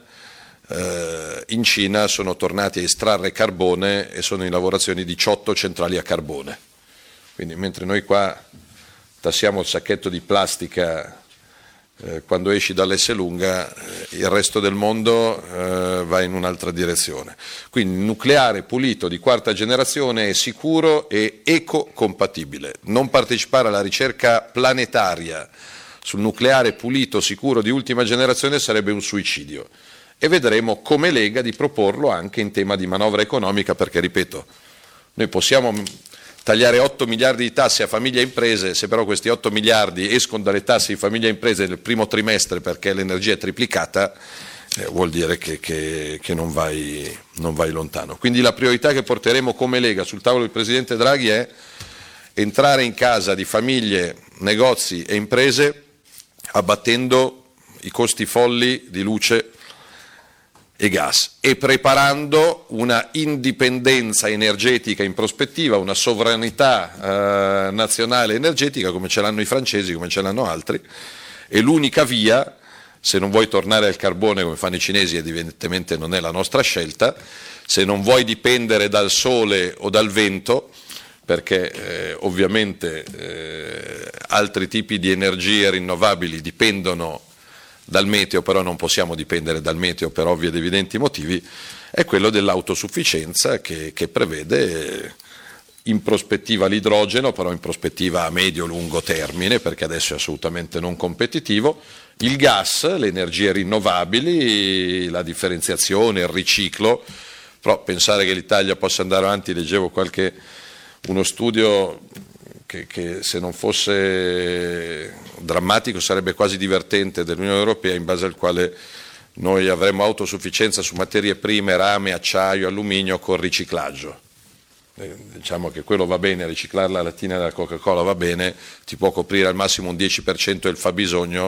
in Cina sono tornati a estrarre carbone e sono in lavorazione 18 centrali a carbone. Quindi mentre noi qua tassiamo il sacchetto di plastica quando esci dall'Esselunga, il resto del mondo va in un'altra direzione. Quindi il nucleare pulito di quarta generazione è sicuro e ecocompatibile. Non partecipare alla ricerca planetaria sul nucleare pulito sicuro di ultima generazione sarebbe un suicidio, e vedremo come Lega di proporlo anche in tema di manovra economica, perché ripeto, noi possiamo tagliare 8 miliardi di tasse a famiglie e imprese, se però questi 8 miliardi escono dalle tasse di famiglie e imprese nel primo trimestre perché l'energia è triplicata, vuol dire che non vai lontano. Quindi la priorità che porteremo come Lega sul tavolo del Presidente Draghi è entrare in casa di famiglie, negozi e imprese abbattendo i costi folli di luce e gas e preparando una indipendenza energetica in prospettiva, una sovranità nazionale energetica come ce l'hanno i francesi, come ce l'hanno altri, e l'unica via, se non vuoi tornare al carbone come fanno i cinesi, ed evidentemente non è la nostra scelta, se non vuoi dipendere dal sole o dal vento, perché ovviamente altri tipi di energie rinnovabili dipendono dal meteo, però non possiamo dipendere dal meteo per ovvi ed evidenti motivi, è quello dell'autosufficienza che prevede in prospettiva l'idrogeno, però in prospettiva a medio-lungo termine, perché adesso è assolutamente non competitivo, il gas, le energie rinnovabili, la differenziazione, il riciclo, però pensare che l'Italia possa andare avanti, leggevo uno studio che se non fosse drammatico sarebbe quasi divertente, dell'Unione Europea, in base al quale noi avremmo autosufficienza su materie prime, rame, acciaio, alluminio con riciclaggio. Diciamo che quello va bene, riciclare la lattina della Coca-Cola va bene, ti può coprire al massimo un 10% del fabbisogno.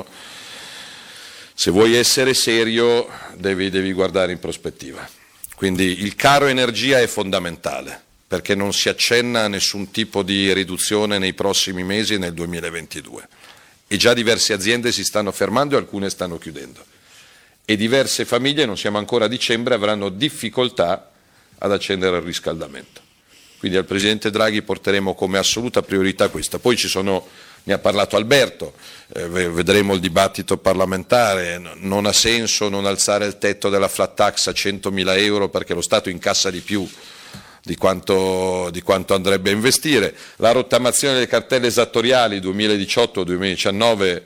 Se vuoi essere serio devi guardare in prospettiva. Quindi il caro energia è fondamentale, perché non si accenna a nessun tipo di riduzione nei prossimi mesi e nel 2022. E già diverse aziende si stanno fermando e alcune stanno chiudendo. E diverse famiglie, non siamo ancora a dicembre, avranno difficoltà ad accendere il riscaldamento. Quindi al Presidente Draghi porteremo come assoluta priorità questa. Poi ne ha parlato Alberto, vedremo il dibattito parlamentare, non ha senso non alzare il tetto della flat tax a 100.000 euro perché lo Stato incassa di più di quanto andrebbe a investire. La rottamazione delle cartelle esattoriali 2018-2019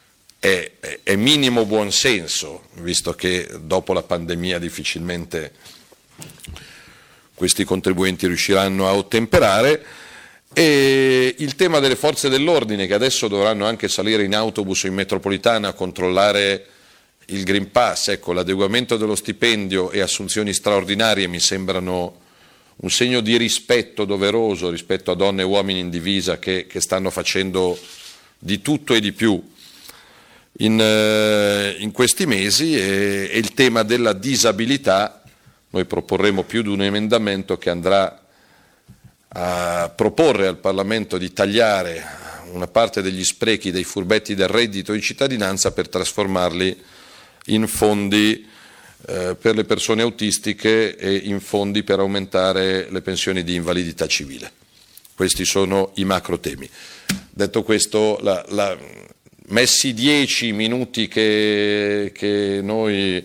è minimo buonsenso, visto che dopo la pandemia difficilmente questi contribuenti riusciranno a ottemperare, e il tema delle forze dell'ordine, che adesso dovranno anche salire in autobus o in metropolitana a controllare il Green Pass. Ecco, l'adeguamento dello stipendio e assunzioni straordinarie mi sembrano un segno di rispetto doveroso rispetto a donne e uomini in divisa che stanno facendo di tutto e di più in questi mesi, e il tema della disabilità. Noi proporremo più di un emendamento che andrà a proporre al Parlamento di tagliare una parte degli sprechi dei furbetti del reddito di cittadinanza per trasformarli in fondi per le persone autistiche e in fondi per aumentare le pensioni di invalidità civile. Questi sono i macro temi. Detto questo, messi 10 minuti che noi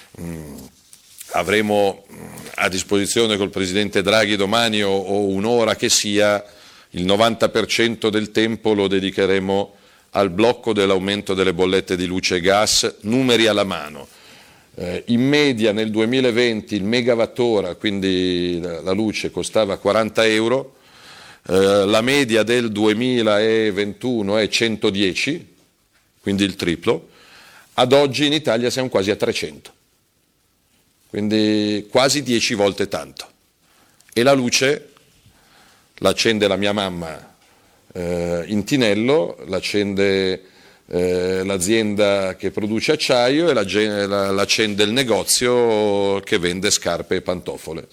avremo a disposizione col Presidente Draghi domani o un'ora che sia, il 90% del tempo lo dedicheremo al blocco dell'aumento delle bollette di luce e gas, numeri alla mano. In media nel 2020 il megawattora, quindi la luce, costava 40 euro, la media del 2021 è 110, quindi il triplo. Ad oggi in Italia siamo quasi a 300, quindi quasi 10 volte tanto. E la luce l'accende la mia mamma in Tinello, l'accende l'azienda che produce acciaio e l'accende il negozio che vende scarpe e pantofole.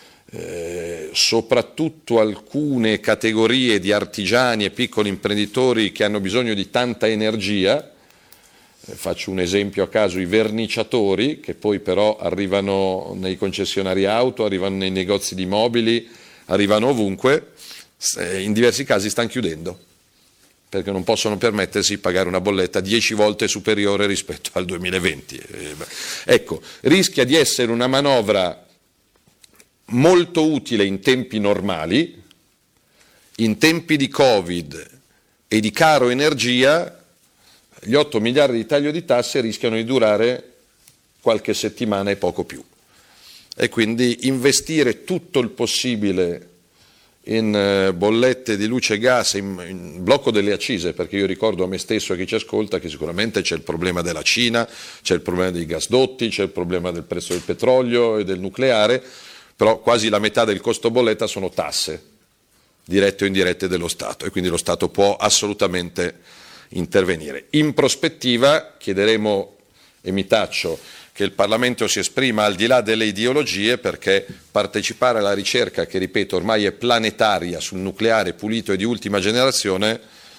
Soprattutto alcune categorie di artigiani e piccoli imprenditori che hanno bisogno di tanta energia, faccio un esempio a caso, i verniciatori, che poi però arrivano nei concessionari auto, arrivano nei negozi di mobili, arrivano ovunque, in diversi casi stanno chiudendo, perché non possono permettersi di pagare una bolletta 10 volte superiore rispetto al 2020. Ecco, rischia di essere una manovra molto utile in tempi normali. In tempi di Covid e di caro energia, gli 8 miliardi di taglio di tasse rischiano di durare qualche settimana e poco più. E quindi investire tutto il possibile in bollette di luce e gas, in blocco delle accise, perché io ricordo a me stesso e a chi ci ascolta che sicuramente c'è il problema della Cina, c'è il problema dei gasdotti, c'è il problema del prezzo del petrolio e del nucleare, però quasi la metà del costo bolletta sono tasse, dirette o indirette dello Stato, e quindi lo Stato può assolutamente intervenire. In prospettiva chiederemo, e mi taccio, che il Parlamento si esprima al di là delle ideologie, perché partecipare alla ricerca, che ripeto ormai è planetaria, sul nucleare pulito e di ultima generazione,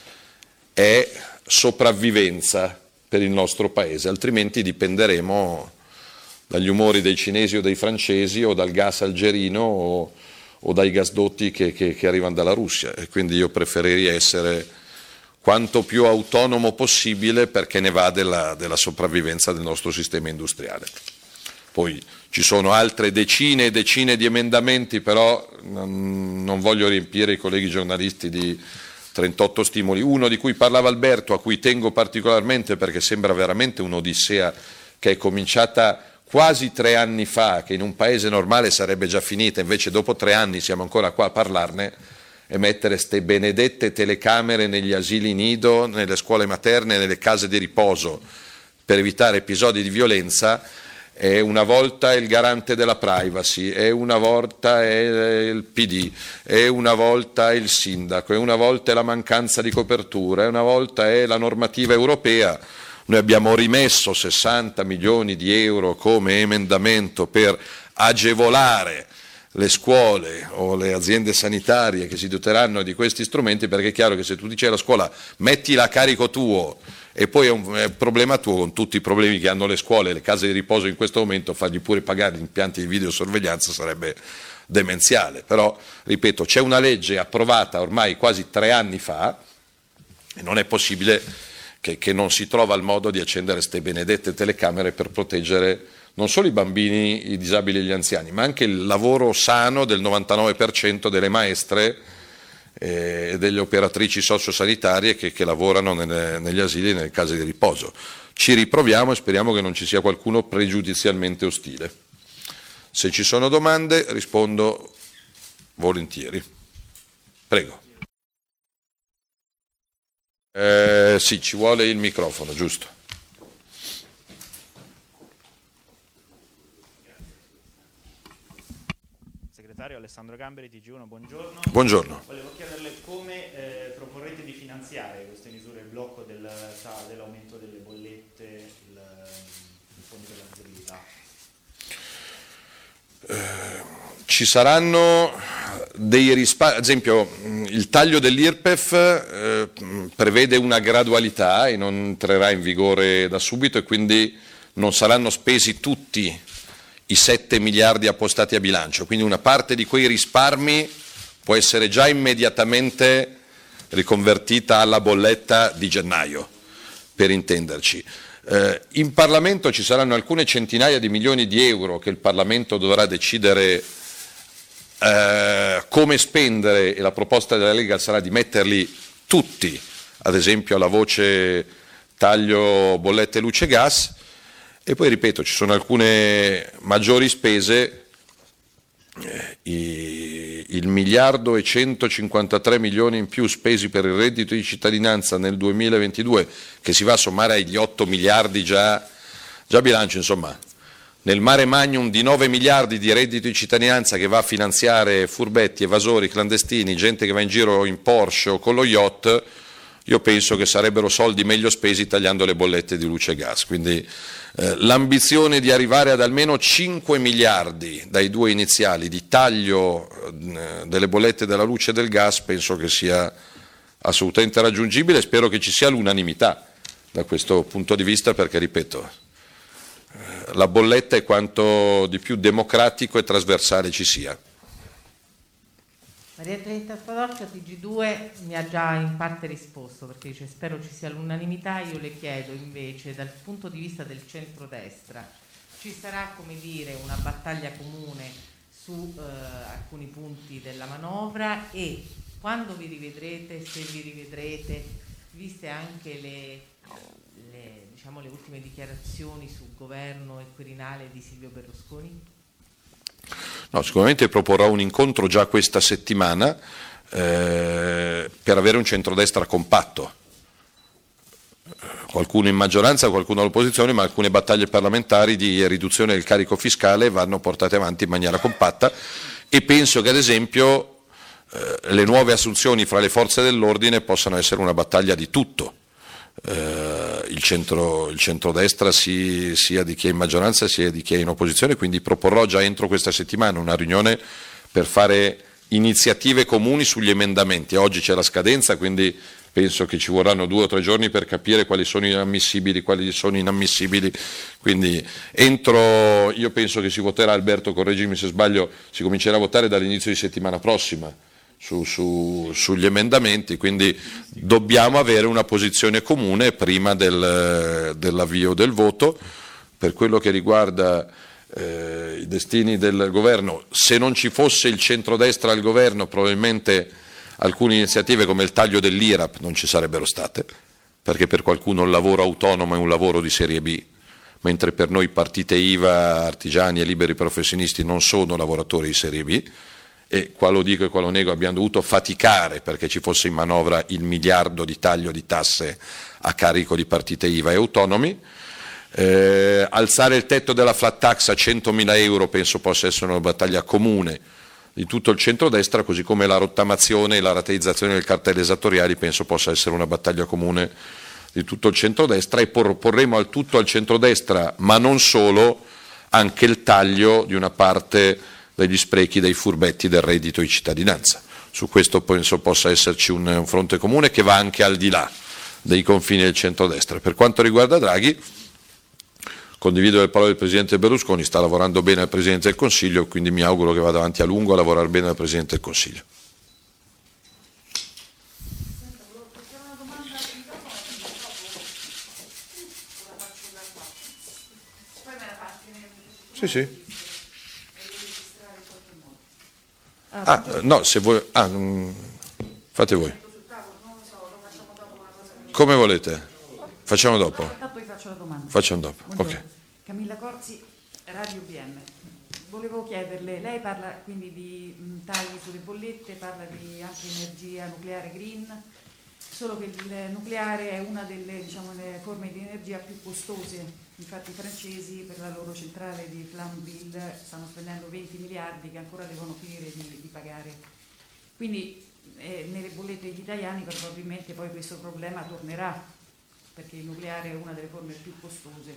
è sopravvivenza per il nostro Paese, altrimenti dipenderemo dagli umori dei cinesi o dei francesi o dal gas algerino o dai gasdotti che arrivano dalla Russia, e quindi io preferirei essere quanto più autonomo possibile, perché ne va della sopravvivenza del nostro sistema industriale. Poi ci sono altre decine e decine di emendamenti, però non voglio riempire i colleghi giornalisti di 38 stimoli. Uno di cui parlava Alberto, a cui tengo particolarmente perché sembra veramente un'odissea che è cominciata quasi 3 anni fa, che in un paese normale sarebbe già finita, invece dopo 3 anni siamo ancora qua a parlarne, e mettere ste benedette telecamere negli asili nido, nelle scuole materne, nelle case di riposo per evitare episodi di violenza. E una volta è il garante della privacy, e una volta è il PD, e una volta è il sindaco, e una volta è la mancanza di copertura, e una volta è la normativa europea. Noi abbiamo rimesso 60 milioni di euro come emendamento per agevolare le scuole o le aziende sanitarie che si doteranno di questi strumenti, perché è chiaro che se tu dici alla scuola mettila a carico tuo e poi è un problema tuo, con tutti i problemi che hanno le scuole e le case di riposo in questo momento, fargli pure pagare gli impianti di videosorveglianza sarebbe demenziale. Però, ripeto, c'è una legge approvata ormai quasi 3 anni fa e non è possibile che non si trova il modo di accendere queste benedette telecamere per proteggere non solo i bambini, i disabili e gli anziani, ma anche il lavoro sano del 99% delle maestre e delle operatrici sociosanitarie che lavorano negli asili e nelle case di riposo. Ci riproviamo e speriamo che non ci sia qualcuno pregiudizialmente ostile. Se ci sono domande rispondo volentieri. Prego. Sì, ci vuole il microfono, giusto. Segretario Alessandro Gamberi, TG1, buongiorno. Buongiorno. Volevo chiederle come proporrete di finanziare queste misure, il blocco dell'aumento delle bollette, il fondo per la stabilità. Ci saranno dei risparmi, ad esempio il taglio dell'IRPEF prevede una gradualità e non entrerà in vigore da subito, e quindi non saranno spesi tutti i 7 miliardi appostati a bilancio, quindi una parte di quei risparmi può essere già immediatamente riconvertita alla bolletta di gennaio, per intenderci. In Parlamento ci saranno alcune centinaia di milioni di euro che il Parlamento dovrà decidere come spendere, e la proposta della Lega sarà di metterli tutti, ad esempio alla voce taglio bollette luce e gas, e poi ripeto ci sono alcune maggiori spese, il 1.153 miliardi in più spesi per il reddito di cittadinanza nel 2022, che si va a sommare agli 8 miliardi già bilancio, insomma nel mare magnum di 9 miliardi di reddito di cittadinanza che va a finanziare furbetti, evasori, clandestini, gente che va in giro in Porsche o con lo yacht. Io penso che sarebbero soldi meglio spesi tagliando le bollette di luce e gas, quindi l'ambizione di arrivare ad almeno 5 miliardi dai due iniziali di taglio delle bollette della luce e del gas penso che sia assolutamente raggiungibile. Spero che ci sia l'unanimità da questo punto di vista, perché ripeto, la bolletta è quanto di più democratico e trasversale ci sia. Maria Antonietta Spadocchio, TG2, mi ha già in parte risposto, perché dice spero ci sia l'unanimità. Io le chiedo invece dal punto di vista del centrodestra, ci sarà, come dire, una battaglia comune su alcuni punti della manovra, e quando vi rivedrete, se vi rivedrete, viste anche le ultime dichiarazioni sul governo e Quirinale di Silvio Berlusconi? No, sicuramente proporrò un incontro già questa settimana per avere un centrodestra compatto, qualcuno in maggioranza, qualcuno all'opposizione, ma alcune battaglie parlamentari di riduzione del carico fiscale vanno portate avanti in maniera compatta, e penso che ad esempio le nuove assunzioni fra le forze dell'ordine possano essere una battaglia di tutto. Il centrodestra sia di chi è in maggioranza sia di chi è in opposizione, quindi proporrò già entro questa settimana una riunione per fare iniziative comuni sugli emendamenti. Oggi c'è la scadenza, quindi penso che ci vorranno 2 o 3 giorni per capire quali sono ammissibili, quali sono inammissibili, quindi io penso che si voterà, Alberto correggimi se sbaglio, si comincerà a votare dall'inizio di settimana prossima sugli emendamenti, quindi dobbiamo avere una posizione comune prima dell'avvio del voto. Per quello che riguarda i destini del governo, se non ci fosse il centrodestra al governo probabilmente alcune iniziative come il taglio dell'IRAP non ci sarebbero state, perché per qualcuno il lavoro autonomo è un lavoro di serie B, mentre per noi partite IVA, artigiani e liberi professionisti non sono lavoratori di serie B. E qua lo dico e qua lo nego, abbiamo dovuto faticare perché ci fosse in manovra il miliardo di taglio di tasse a carico di partite IVA e autonomi. Alzare il tetto della flat tax a 100.000 euro penso possa essere una battaglia comune di tutto il centrodestra, così come la rottamazione e la rateizzazione del cartello esattoriali penso possa essere una battaglia comune di tutto il centrodestra, e porremo al tutto al centrodestra, ma non solo, anche il taglio di una parte degli sprechi, dei furbetti del reddito di cittadinanza. Su questo penso possa esserci un fronte comune che va anche al di là dei confini del centrodestra. Per quanto riguarda Draghi, condivido le parole del Presidente Berlusconi, sta lavorando bene al Presidente del Consiglio, quindi mi auguro che vada avanti a lungo a lavorare bene al Presidente del Consiglio. Sì. No, se vuoi. Fate voi. Come volete? Facciamo dopo. Poi faccio la domanda. Facciamo dopo. Ok. Camilla Corsi, Radio UBM. Volevo chiederle, lei parla quindi di tagli sulle bollette, parla di anche energia nucleare green, solo che il nucleare è una delle le forme di energia più costose. Infatti i francesi per la loro centrale di Flamanville stanno spendendo 20 miliardi che ancora devono finire di pagare. Quindi nelle bollette degli italiani probabilmente poi questo problema tornerà, perché il nucleare è una delle forme più costose.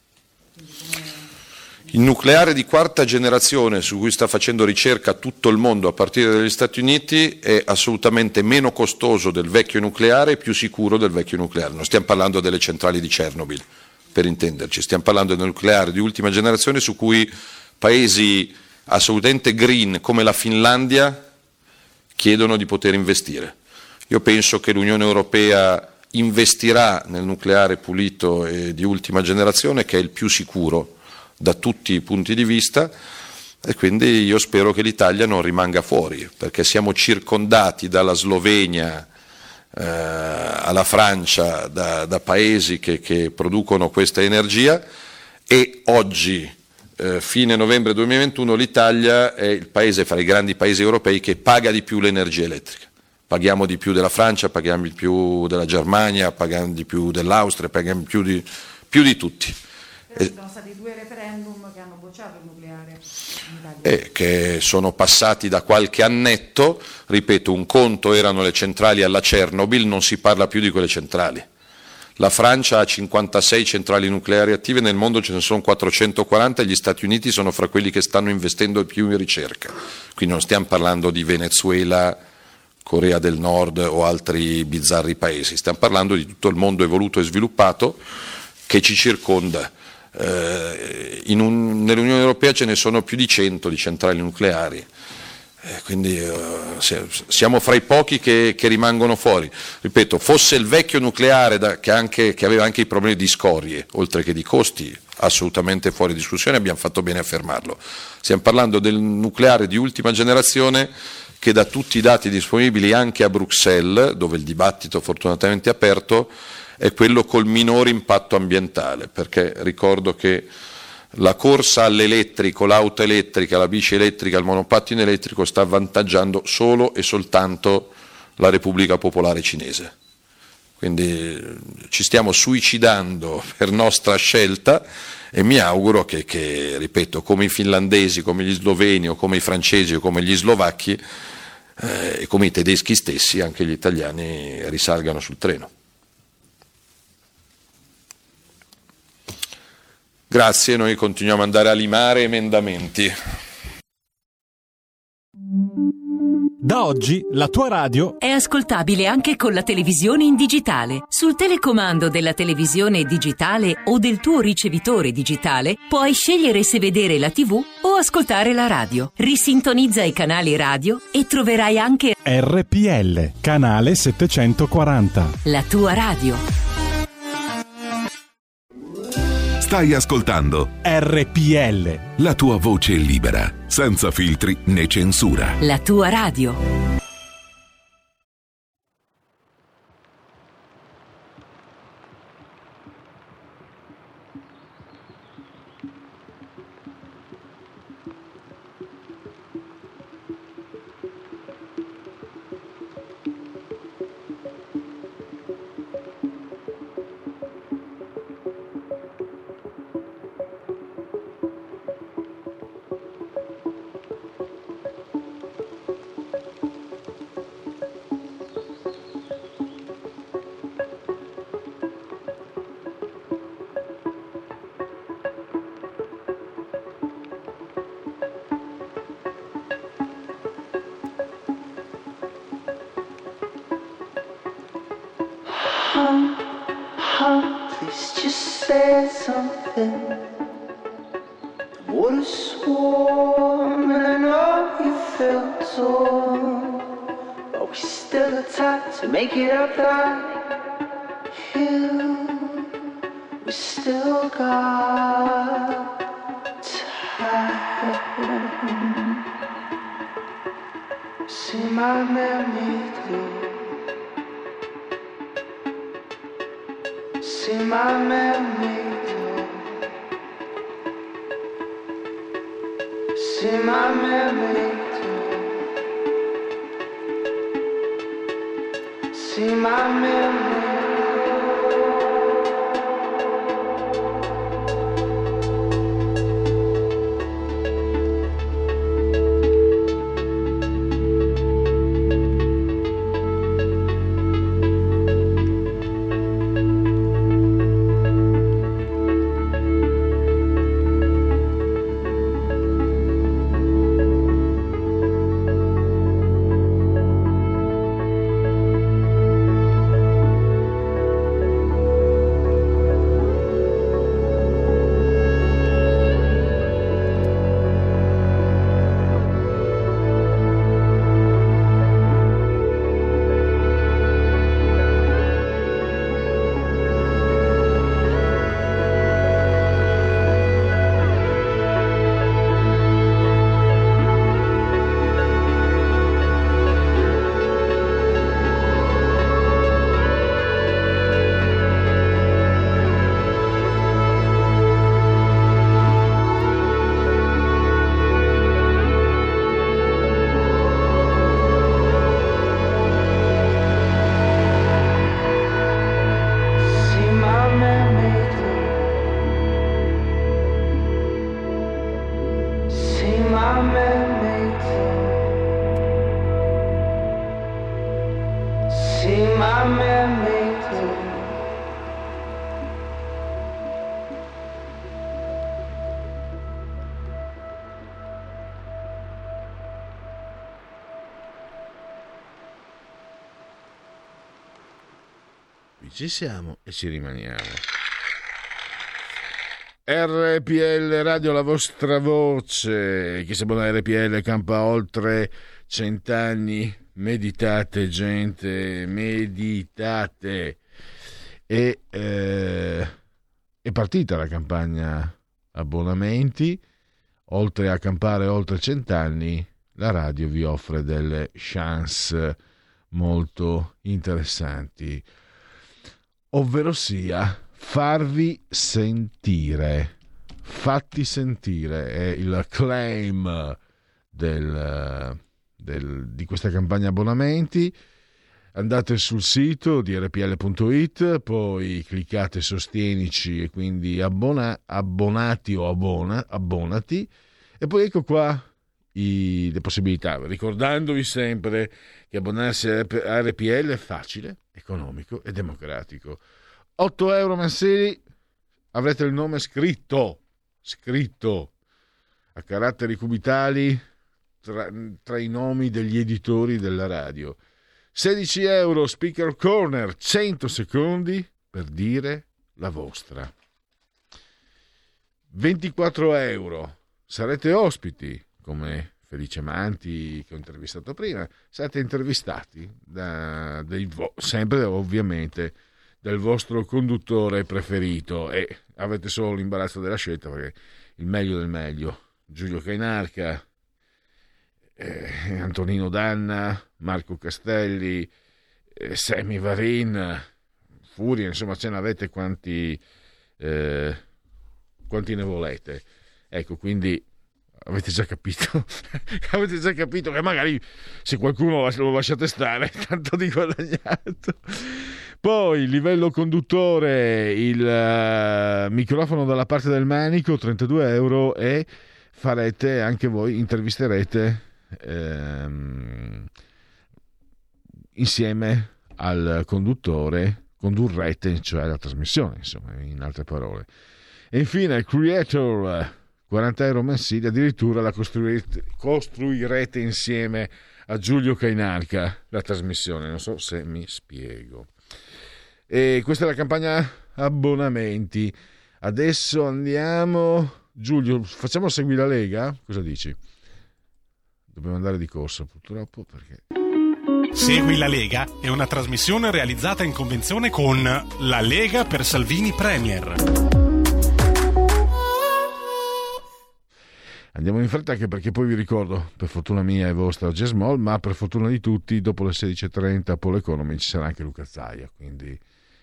Il nucleare di quarta generazione, su cui sta facendo ricerca tutto il mondo a partire dagli Stati Uniti, è assolutamente meno costoso del vecchio nucleare e più sicuro del vecchio nucleare. Non stiamo parlando delle centrali di Chernobyl, per intenderci, stiamo parlando del nucleare di ultima generazione, su cui paesi assolutamente green come la Finlandia, chiedono di poter investire. Io penso che l'Unione Europea investirà nel nucleare pulito e di ultima generazione, che è il più sicuro da tutti i punti di vista, e quindi io spero che l'Italia non rimanga fuori, perché siamo circondati dalla Slovenia alla Francia da paesi che producono questa energia, e oggi, fine novembre 2021, l'Italia è il paese fra i grandi paesi europei che paga di più l'energia elettrica. Paghiamo di più della Francia, paghiamo di più della Germania, paghiamo di più dell'Austria, paghiamo più di tutti. Però ci sono stati 2 referendum che hanno bocciato il nucleare in Italia. Che sono passati da qualche annetto. Ripeto, un conto erano le centrali alla Chernobyl, non si parla più di quelle centrali. La Francia ha 56 centrali nucleari attive, nel mondo ce ne sono 440 e gli Stati Uniti sono fra quelli che stanno investendo più in ricerca. Quindi non stiamo parlando di Venezuela, Corea del Nord o altri bizzarri paesi, stiamo parlando di tutto il mondo evoluto e sviluppato che ci circonda. Nell'Unione Europea ce ne sono più di 100 di centrali nucleari, quindi siamo fra i pochi che rimangono fuori. Ripeto, fosse il vecchio nucleare che aveva anche i problemi di scorie, oltre che di costi, assolutamente fuori discussione, abbiamo fatto bene a fermarlo. Stiamo parlando del nucleare di ultima generazione, che da tutti i dati disponibili anche a Bruxelles, dove il dibattito fortunatamente è aperto, è quello col minore impatto ambientale, perché ricordo che la corsa all'elettrico, l'auto elettrica, la bici elettrica, il monopattino elettrico sta avvantaggiando solo e soltanto la Repubblica Popolare Cinese. Quindi ci stiamo suicidando per nostra scelta e mi auguro che, ripeto, come i finlandesi, come gli sloveni o come i francesi o come gli slovacchi e come i tedeschi stessi, anche gli italiani risalgano sul treno. Grazie, noi continuiamo ad andare a limare emendamenti. Da oggi la tua radio è ascoltabile anche con la televisione in digitale. Sul telecomando della televisione digitale o del tuo ricevitore digitale puoi scegliere se vedere la TV o ascoltare la radio. Risintonizza i canali radio e troverai anche RPL, canale 740. La tua radio. Stai ascoltando RPL, la tua voce libera, senza filtri né censura. La tua radio. Please just say something. Would have sworn, and I know you felt torn, but we still got time to make it up like you. We still got time. See my memory through. See my memory through. See my memory through. See my memory. ci siamo e ci rimaniamo. RPL Radio, la vostra voce. Chi si abbona a RPL campa oltre 100 anni. Meditate, gente, meditate. E è partita la campagna abbonamenti. Oltre a campare oltre 100 anni, la radio vi offre delle chance molto interessanti, ovvero sia farvi sentire. Fatti sentire è il claim di questa campagna abbonamenti. Andate sul sito di rpl.it, poi cliccate sostienici e quindi abbonati o abbonati, e poi ecco qua le possibilità, ricordandovi sempre che abbonarsi a RPL è facile, economico e democratico. 8 euro mensili, avrete il nome scritto a caratteri cubitali tra i nomi degli editori della radio. 16 euro speaker corner, 100 secondi per dire la vostra. 24 euro sarete ospiti, come Felice Manti che ho intervistato prima. Sarete intervistati sempre ovviamente del vostro conduttore preferito, e avete solo l'imbarazzo della scelta, perché il meglio del meglio: Giulio Cainarca, Antonino Danna, Marco Castelli, Sammy Varin, Furia, insomma ce ne avete quanti ne volete. Ecco, quindi avete già capito che magari se qualcuno lo lasciate stare, tanto di guadagnato. Poi livello conduttore, il microfono dalla parte del manico, 32 euro, e farete anche voi, intervisterete insieme al conduttore, condurrete cioè la trasmissione, insomma, in altre parole. E infine il creator, 40 euro mensili, addirittura la costruirete insieme a Giulio Cainarca la trasmissione, non so se mi spiego. E questa è la campagna abbonamenti. Adesso andiamo, Giulio, facciamo Segui la Lega? Cosa dici? Dobbiamo andare di corsa purtroppo, perché Segui la Lega è una trasmissione realizzata in convenzione con La Lega per Salvini Premier. Andiamo in fretta, anche perché poi vi ricordo, per fortuna mia e vostra, G-Small, ma per fortuna di tutti, dopo le 16.30 Polo Economy ci sarà anche Luca Zaia, quindi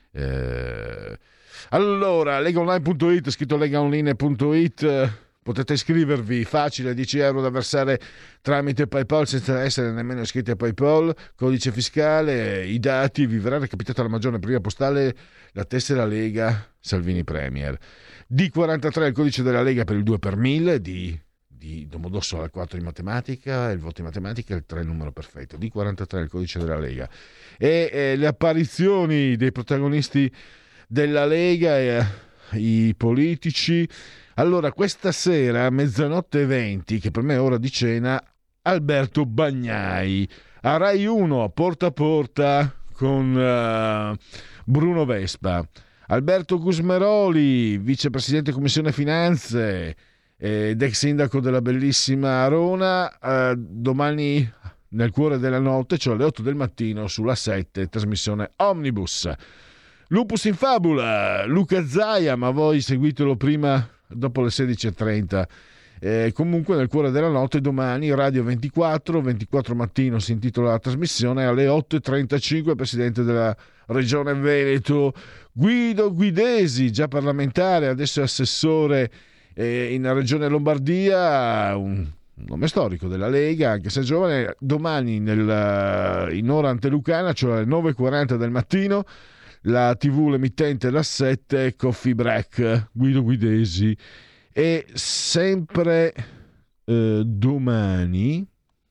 allora legaonline.it, scritto legaonline.it, potete iscrivervi, facile, 10 euro da versare tramite PayPal senza essere nemmeno iscritti a PayPal, codice fiscale, i dati, vi verrà recapitata la maggiore prima postale, la tessera Lega Salvini Premier. D43 il codice della Lega per il 2 per 1000, di Domodossola al 4 in matematica, il voto in matematica, il 3 il numero perfetto. D43 il codice della Lega. E le apparizioni dei protagonisti della Lega e i politici. Allora, questa sera, mezzanotte 20, che per me è ora di cena, Alberto Bagnai a Rai 1 a porta con Bruno Vespa. Alberto Gusmeroli, vicepresidente Commissione Finanze ed ex sindaco della bellissima Arona, domani nel cuore della notte, cioè alle 8 del mattino, sulla 7, trasmissione Omnibus. Lupus in Fabula, Luca Zaia, ma voi seguitelo prima, dopo le 16.30. Comunque nel cuore della notte domani Radio 24 mattino si intitola la trasmissione, alle 8.35 presidente della Regione Veneto Guido Guidesi, già parlamentare, adesso è assessore in Regione Lombardia, un nome storico della Lega, anche se giovane. Domani in ora antelucana, cioè alle 9.40 del mattino, la TV, l'emittente la 7, Coffee Break, Guido Guidesi. E sempre domani,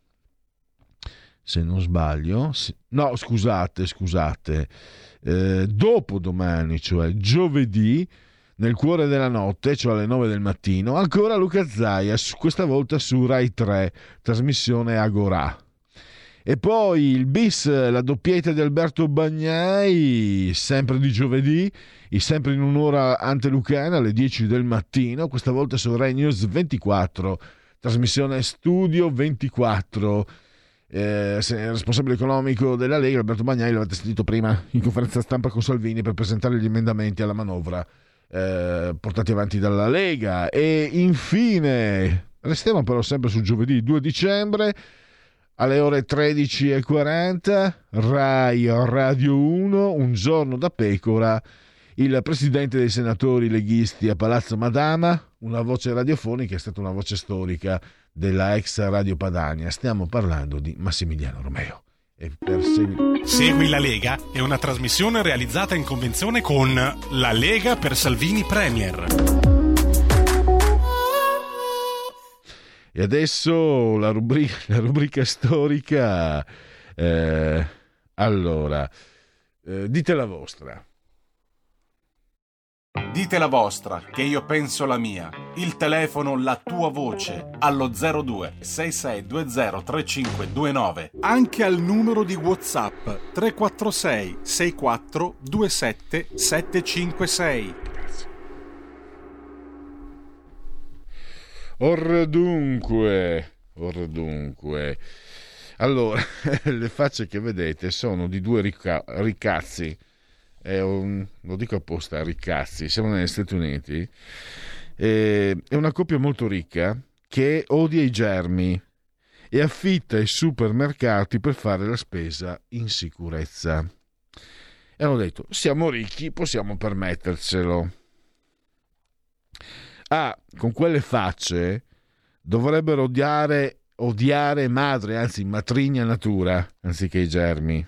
se non sbaglio, no, scusate, dopodomani, cioè giovedì, nel cuore della notte, cioè alle 9 del mattino, ancora Luca Zaia, questa volta su Rai 3, trasmissione Agorà. E poi il bis, la doppietta di Alberto Bagnai, sempre di giovedì, sempre in un'ora antelucana alle 10 del mattino, questa volta su Rai News 24, trasmissione Studio 24. Responsabile economico della Lega, Alberto Bagnai, l'avete sentito prima in conferenza stampa con Salvini per presentare gli emendamenti alla manovra portati avanti dalla Lega. E infine, restiamo però sempre sul giovedì 2 dicembre, alle ore 13:40, Rai Radio 1, Un giorno da pecora, il presidente dei senatori leghisti a Palazzo Madama, una voce radiofonica, è stata una voce storica della ex Radio Padania. Stiamo parlando di Massimiliano Romeo. E Segui la Lega è una trasmissione realizzata in convenzione con La Lega per Salvini Premier. E adesso la rubrica storica. Allora, dite la vostra. Dite la vostra, che io penso la mia. Il telefono, la tua voce, allo 02 6620 3529. Anche al numero di WhatsApp 346 64 27 756. Or dunque. Allora, le facce che vedete sono di due ricazzi. Lo dico apposta, ricazzi. Siamo negli Stati Uniti. È una coppia molto ricca che odia i germi e affitta i supermercati per fare la spesa in sicurezza. E hanno detto: siamo ricchi, possiamo permettercelo. Con quelle facce dovrebbero odiare madre, anzi matrigna natura, anziché i germi.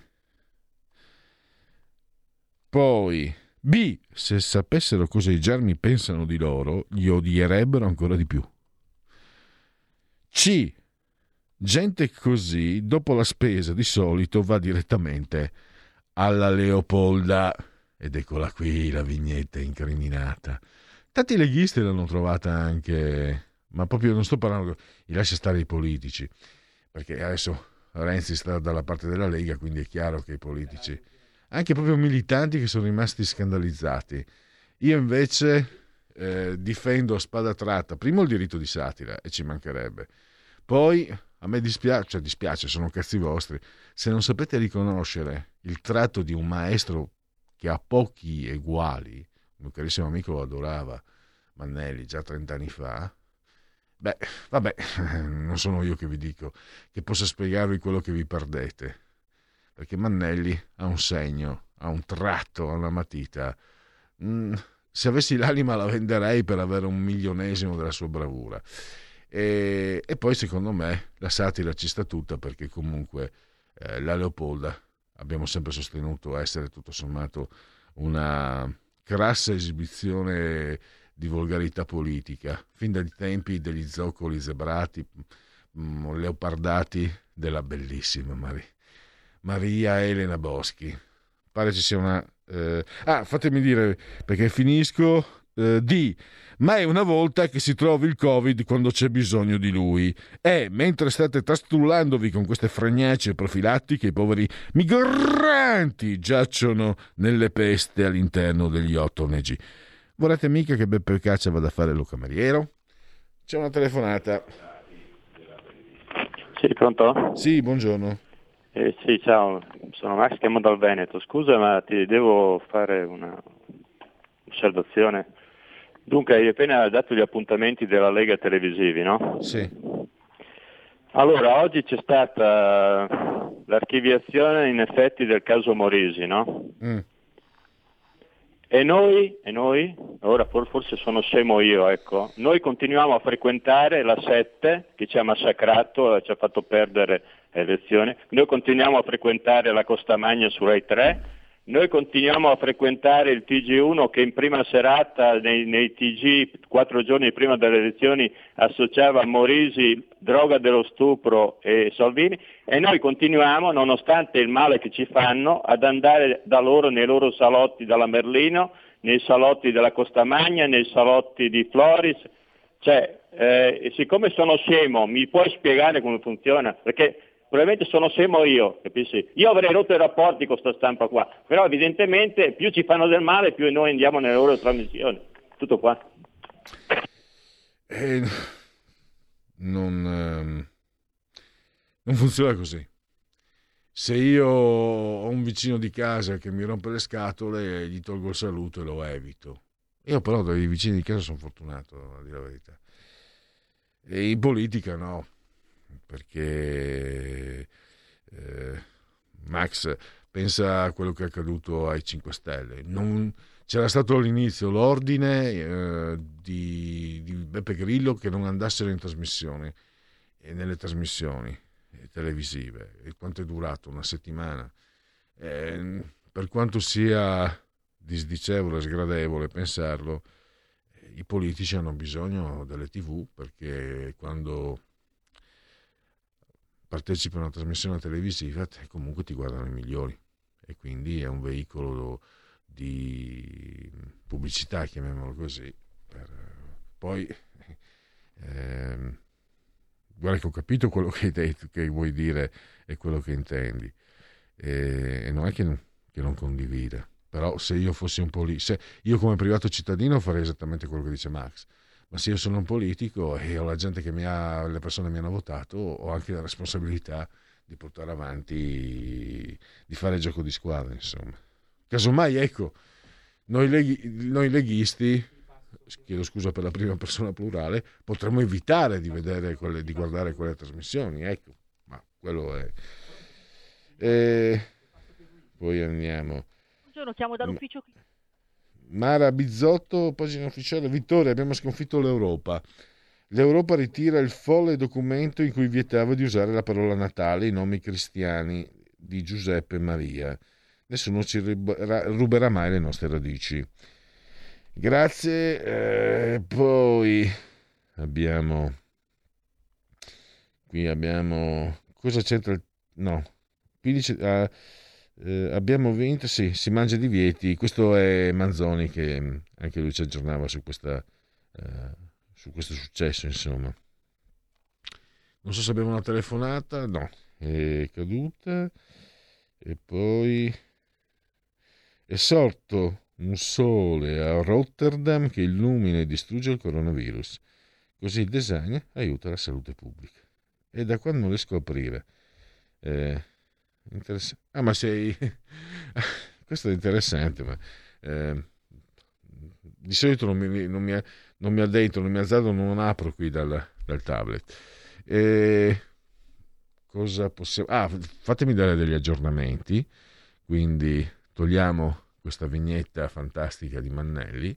Poi B, se sapessero cosa i germi pensano di loro, li odierebbero ancora di più. C, gente così dopo la spesa di solito va direttamente alla Leopolda. Ed eccola qui la vignetta incriminata. Tanti leghisti l'hanno trovata anche, ma proprio non sto parlando, lascia stare i politici, perché adesso Renzi sta dalla parte della Lega, quindi è chiaro che i politici, anche proprio militanti, che sono rimasti scandalizzati. Io invece difendo a spada tratta primo il diritto di satira, e ci mancherebbe, poi a me dispiace, sono cazzi vostri, se non sapete riconoscere il tratto di un maestro che ha pochi eguali. Il mio carissimo amico lo adorava, Mannelli, già 30 anni fa. Beh, vabbè, non sono io che vi dico che possa spiegarvi quello che vi perdete, perché Mannelli ha un segno, ha un tratto, ha una matita. Se avessi l'anima la venderei per avere 1/1000 della sua bravura. E poi secondo me la satira ci sta tutta, perché comunque la Leopolda abbiamo sempre sostenuto essere tutto sommato una crassa esibizione di volgarità politica, fin dai tempi degli zoccoli zebrati, leopardati della bellissima Maria Elena Boschi. Pare ci sia una... fatemi dire, perché finisco, ma è una volta che si trovi il Covid quando c'è bisogno di lui. Mentre state trastullandovi con queste fregnacce profilattiche, i poveri migranti giacciono nelle peste all'interno degli 8 ONG. Vorrete mica che Beppe Caccia vada a fare lo cameriero? C'è una telefonata. Sì, pronto? Sì, buongiorno. Sì, ciao, sono Max, chiamo dal Veneto. Scusa, ma ti devo fare una osservazione. Dunque, hai appena dato gli appuntamenti della Lega televisivi, no? Sì. Allora, oggi c'è stata l'archiviazione in effetti del caso Morisi, no? E noi, ora forse sono scemo io, ecco, noi continuiamo a frequentare la 7 che ci ha massacrato, ci ha fatto perdere le elezioni, noi continuiamo a frequentare la Costamagna su Rai 3, noi continuiamo a frequentare il TG1 che in prima serata nei TG 4 giorni prima delle elezioni associava Morisi, droga dello stupro e Salvini, e noi continuiamo, nonostante il male che ci fanno, ad andare da loro nei loro salotti dalla Merlino, nei salotti della Costamagna, nei salotti di Floris. Cioè, siccome sono scemo, mi puoi spiegare come funziona? Perché probabilmente sono scemo io, capisci? Io avrei rotto i rapporti con sta stampa qua, però evidentemente più ci fanno del male più noi andiamo nelle loro trasmissioni, tutto qua. Non funziona così. Se io ho un vicino di casa che mi rompe le scatole, gli tolgo il saluto e lo evito. Io però dai vicini di casa sono fortunato, a dire la verità. E in politica no, perché Max pensa a quello che è accaduto ai 5 Stelle. C'era stato all'inizio l'ordine di Beppe Grillo che non andassero in trasmissione, nelle trasmissioni televisive. E quanto è durato? Una settimana. Per quanto sia disdicevole e sgradevole pensarlo, i politici hanno bisogno delle TV, perché quando partecipano a una trasmissione televisiva comunque ti guardano i migliori, e quindi è un veicolo di pubblicità, chiamiamolo così. Poi guarda che ho capito quello che hai detto, che vuoi dire e quello che intendi, e non è che non condivida. Però se io fossi un se io come privato cittadino farei esattamente quello che dice Max, ma se io sono un politico e ho la gente che le persone mi hanno votato, ho anche la responsabilità di portare avanti, di fare gioco di squadra, insomma. Casomai, ecco, noi leghisti, chiedo scusa per la prima persona plurale, potremmo evitare di guardare quelle trasmissioni, ecco, ma quello è. Poi andiamo. Buongiorno, chiamo dall'ufficio. Mara Bizzotto, pagina ufficiale. Vittoria, abbiamo sconfitto l'Europa. L'Europa ritira il folle documento in cui vietava di usare la parola Natale, i nomi cristiani di Giuseppe e Maria. Nessuno ci ruberà mai le nostre radici. Grazie. Poi abbiamo cosa c'entra? No, 15. Abbiamo vinto, sì, si mangia di Vieti. Questo è Manzoni, che anche lui ci aggiornava su questo successo, insomma. Non so se abbiamo una telefonata, no, è caduta. E poi è sorto un sole a Rotterdam che illumina e distrugge il coronavirus, così il design aiuta la salute pubblica. E da quando non riesco a aprire ma sei questo è interessante, ma di solito non mi addentro, non mi azzardo, non apro qui dal tablet. Cosa possiamo fatemi dare degli aggiornamenti, quindi togliamo questa vignetta fantastica di Mannelli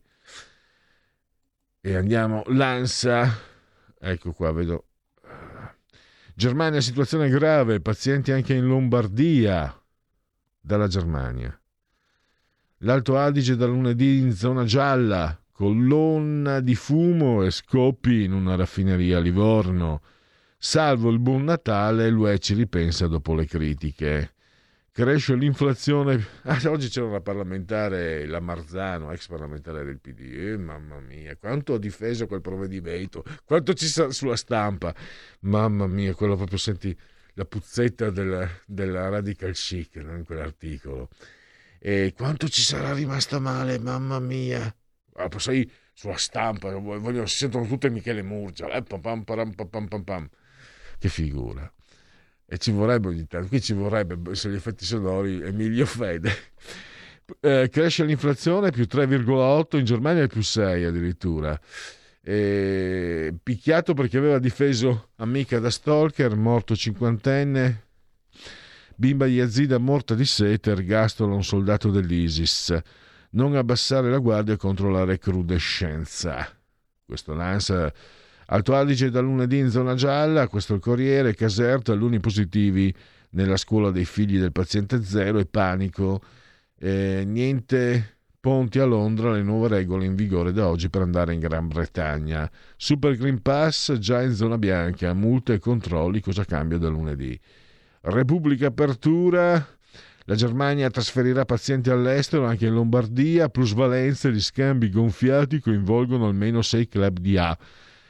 e andiamo. l'ANSA, ecco qua, vedo Germania, situazione grave, pazienti anche in Lombardia, dalla Germania. L'Alto Adige da lunedì in zona gialla, colonna di fumo e scoppi in una raffineria a Livorno. Salvo il buon Natale, l'UE ci ripensa dopo le critiche. Cresce l'inflazione. Oggi c'era una parlamentare, la Marzano, ex parlamentare del PD. Mamma mia, quanto ha difeso quel provvedimento, quanto ci sta sulla stampa. Mamma mia, quello proprio, senti la puzzetta della radical chic, no? In quell'articolo. E quanto ci sarà rimasta male, mamma mia. Sai, sulla stampa si sentono tutte Michele Murgia. Pam. Che figura. E ci vorrebbe ogni tanto, qui ci vorrebbe, se gli effetti sonori, Emilio Fede. Cresce l'inflazione, più 3,8, in Germania è più 6 addirittura. Picchiato perché aveva difeso amica da stalker, morto 50enne. Bimba Yazida morta di sete, ergastola un soldato dell'ISIS. Non abbassare la guardia contro la recrudescenza. Questo l'ANSA. Alto Adige da lunedì in zona gialla, questo è il Corriere. Caserta, alunni positivi nella scuola dei figli del paziente zero e panico. Niente ponti a Londra, le nuove regole in vigore da oggi per andare in Gran Bretagna. Super Green Pass già in zona bianca, multe e controlli, cosa cambia da lunedì. Repubblica apertura, la Germania trasferirà pazienti all'estero anche in Lombardia, plusvalenze, gli scambi gonfiati coinvolgono almeno 6 club di A.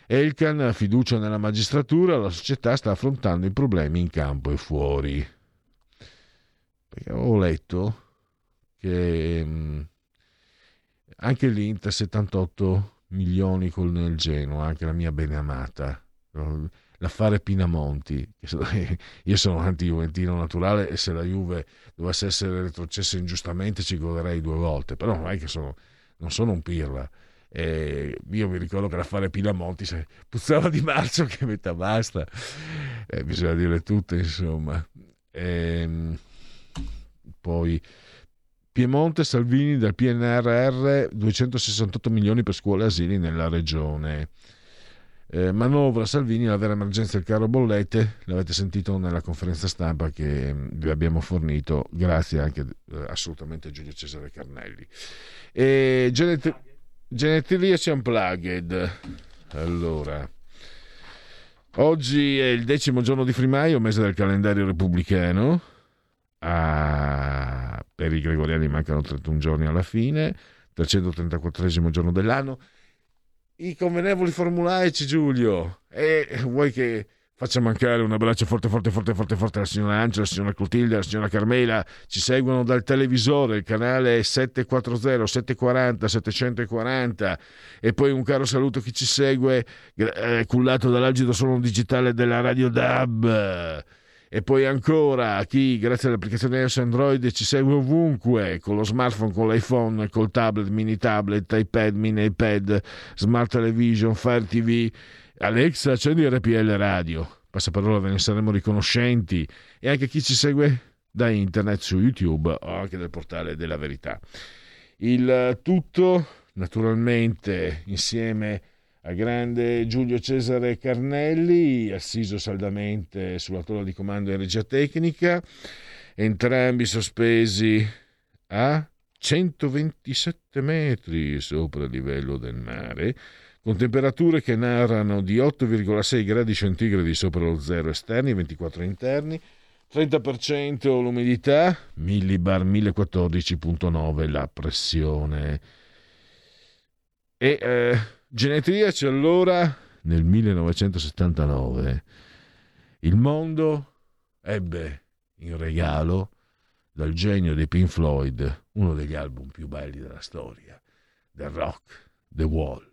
Elkann ha fiducia nella magistratura, la società sta affrontando i problemi in campo e fuori. Perché ho letto che anche l'Inter 78 milioni nel Genoa, anche la mia beneamata, l'affare Pinamonti, io sono anti-juventino naturale e se la Juve dovesse essere retrocessa ingiustamente ci goderei 2 volte, però non è che non sono un pirla. Io mi ricordo che l'affare Pinamonti puzzava di marcio che metà basta, bisogna dire tutte, insomma. Poi Piemonte, Salvini dal PNRR 268 milioni per scuole e asili nella regione. Manovra Salvini, la vera emergenza del caro bollette, l'avete sentito nella conferenza stampa che vi abbiamo fornito, grazie anche assolutamente a Giulio Cesare Carnelli. Genetriaci Unplugged. Allora, oggi è il 10° giorno di Frimaio, mese del calendario repubblicano. Per i gregoriani mancano 31 giorni alla fine, 334esimo giorno dell'anno. I convenevoli formulaici, Giulio, e vuoi che faccia mancare un abbraccio forte alla signora Angela, alla signora Clotilde, alla signora Carmela? Ci seguono dal televisore, il canale 740, 740, 740, e poi un caro saluto a chi ci segue cullato dall'algido suono digitale della Radio DAB. E poi ancora a chi, grazie all'applicazione iOS Android, ci segue ovunque, con lo smartphone, con l'iPhone, col tablet, mini tablet, iPad, mini iPad, Smart Television, Fire TV. Alexa, accendi RPL Radio. Passaparola, ve ne saremo riconoscenti. E anche chi ci segue da internet su YouTube o anche dal portale della Verità. Il tutto, naturalmente, insieme al grande Giulio Cesare Carnelli, assiso saldamente sulla tolla di comando in regia tecnica, entrambi sospesi a 127 metri sopra il livello del mare, con temperature che narrano di 8,6 gradi centigradi sopra lo zero esterni, 24 interni, 30% l'umidità, millibar 1014,9 la pressione. E genetriaci, allora, nel 1979 il mondo ebbe in regalo dal genio dei Pink Floyd uno degli album più belli della storia, del rock, The Wall.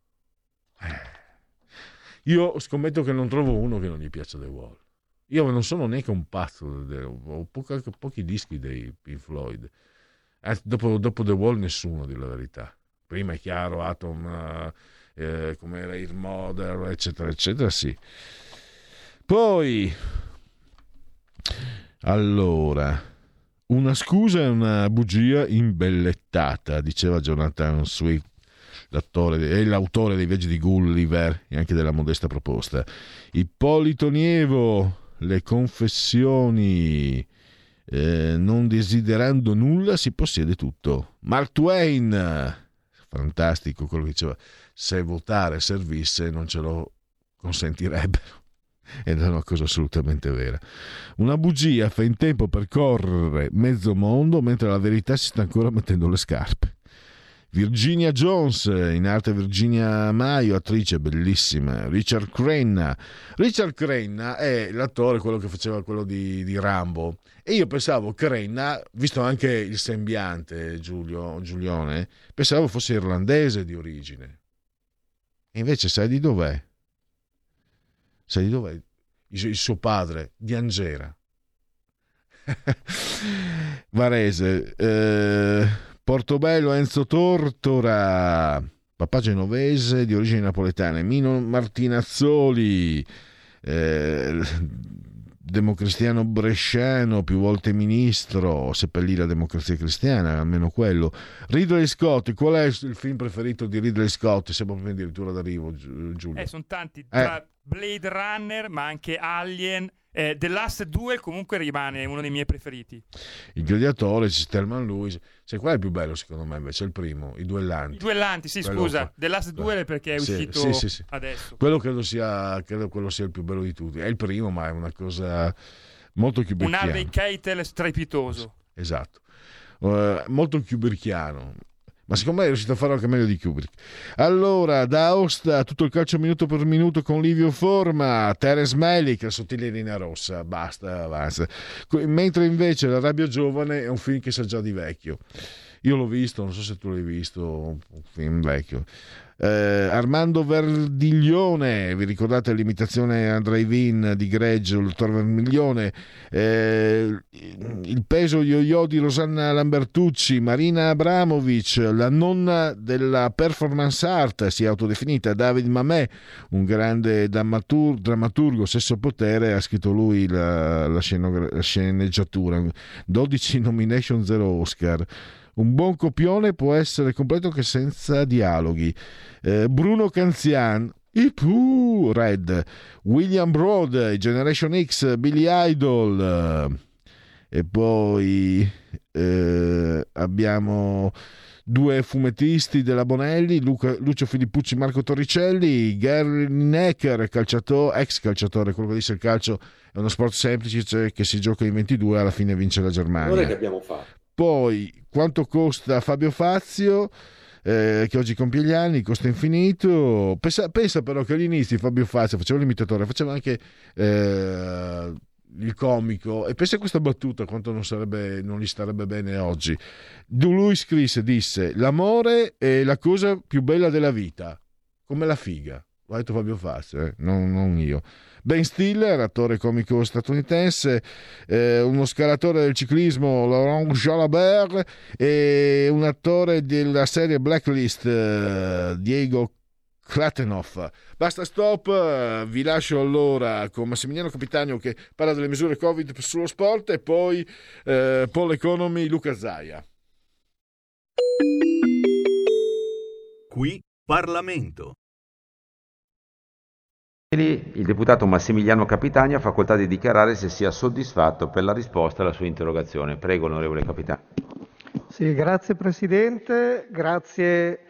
Io scommetto che non trovo uno che non gli piaccia The Wall. Io non sono neanche un pazzo, ho pochi dischi dei Pink Floyd. Dopo The Wall nessuno, a dire la verità. Prima è chiaro, Atom, come era il Model, eccetera eccetera, sì. Poi allora, una scusa e una bugia imbellettata, diceva Jonathan Swift, l'autore dei Viaggi di Gulliver e anche della modesta proposta. Ippolito Nievo, le confessioni, non desiderando nulla si possiede tutto. Mark Twain, fantastico quello che diceva, se votare servisse non ce lo consentirebbero, ed è una cosa assolutamente vera. Una bugia fa in tempo per correre mezzo mondo mentre la verità si sta ancora mettendo le scarpe. Virginia Jones, in arte Virginia Maio, attrice bellissima. Richard Crenna è l'attore, quello che faceva quello di Rambo, e io pensavo Crenna, visto anche il sembiante, Giulione, pensavo fosse irlandese di origine, e invece sai di dov'è? Il suo padre, di Angera. Varese. Portobello, Enzo Tortora, papà genovese di origini napoletane. Mino Martinazzoli, democristiano bresciano, più volte ministro, seppellì la Democrazia Cristiana, almeno quello. Ridley Scott, qual è il film preferito di Ridley Scott? Siamo proprio addirittura d'arrivo, Giulio. Sono tanti, tra Blade Runner, ma anche Alien. The Last Duel comunque rimane uno dei miei preferiti. Il Gladiatore, Thelma Louise. Qual è il più bello secondo me invece? Il primo, I Duellanti, sì, quello scusa. The Last Duel perché è uscito adesso. Quello credo sia il più bello di tutti. È il primo, ma è una cosa molto kubrickiana. Un Harvey Keitel strepitoso. Esatto. Molto kubrickiano. ma secondo me è riuscito a farlo anche meglio di Kubrick. Allora, da Aosta, tutto il calcio minuto per minuto con Livio Forma, Terence Malick, La sottile linea rossa, basta, avanza. Mentre invece La rabbia giovane è un film che sa già di vecchio. Io l'ho visto, non so se tu l'hai visto, un film vecchio. Armando Verdiglione, vi ricordate l'imitazione a drive-in di Greggio, il dottor Verdiglione, il peso yo-yo di Rosanna Lambertucci, Marina Abramovic, la nonna della performance art, si è autodefinita, David Mamet, un grande drammaturgo, sesso potere, ha scritto lui la sceneggiatura, 12 nomination, 0 Oscar. Un buon copione può essere completo anche senza dialoghi. Bruno Canzian, Red, William Broad, Generation X, Billy Idol, e poi abbiamo due fumettisti della Bonelli, Lucio Filippucci, Marco Torricelli, Gary Lineker, ex calciatore, quello che dice il calcio è uno sport semplice che si gioca in 22 e alla fine vince la Germania. Ora che abbiamo fatto. Poi quanto costa Fabio Fazio, che oggi compie gli anni, costa infinito. Pensa però che all'inizio Fabio Fazio faceva l'imitatore, faceva anche il comico, e pensa a questa battuta quanto non gli starebbe bene oggi. Lui disse: l'amore è la cosa più bella della vita, come la figa. L'ha detto Fabio Fazio, non io. Ben Stiller, attore comico statunitense, uno scalatore del ciclismo, Laurent Jalabert, e un attore della serie Blacklist, Diego Klatenoff. Basta, stop, vi lascio allora con Massimiliano Capitanio che parla delle misure Covid sullo sport, e poi Paul Economy, Luca Zaia. Qui Parlamento. Il deputato Massimiliano Capitani ha facoltà di dichiarare se sia soddisfatto per la risposta alla sua interrogazione. Prego, onorevole Capitani. Sì, grazie Presidente, grazie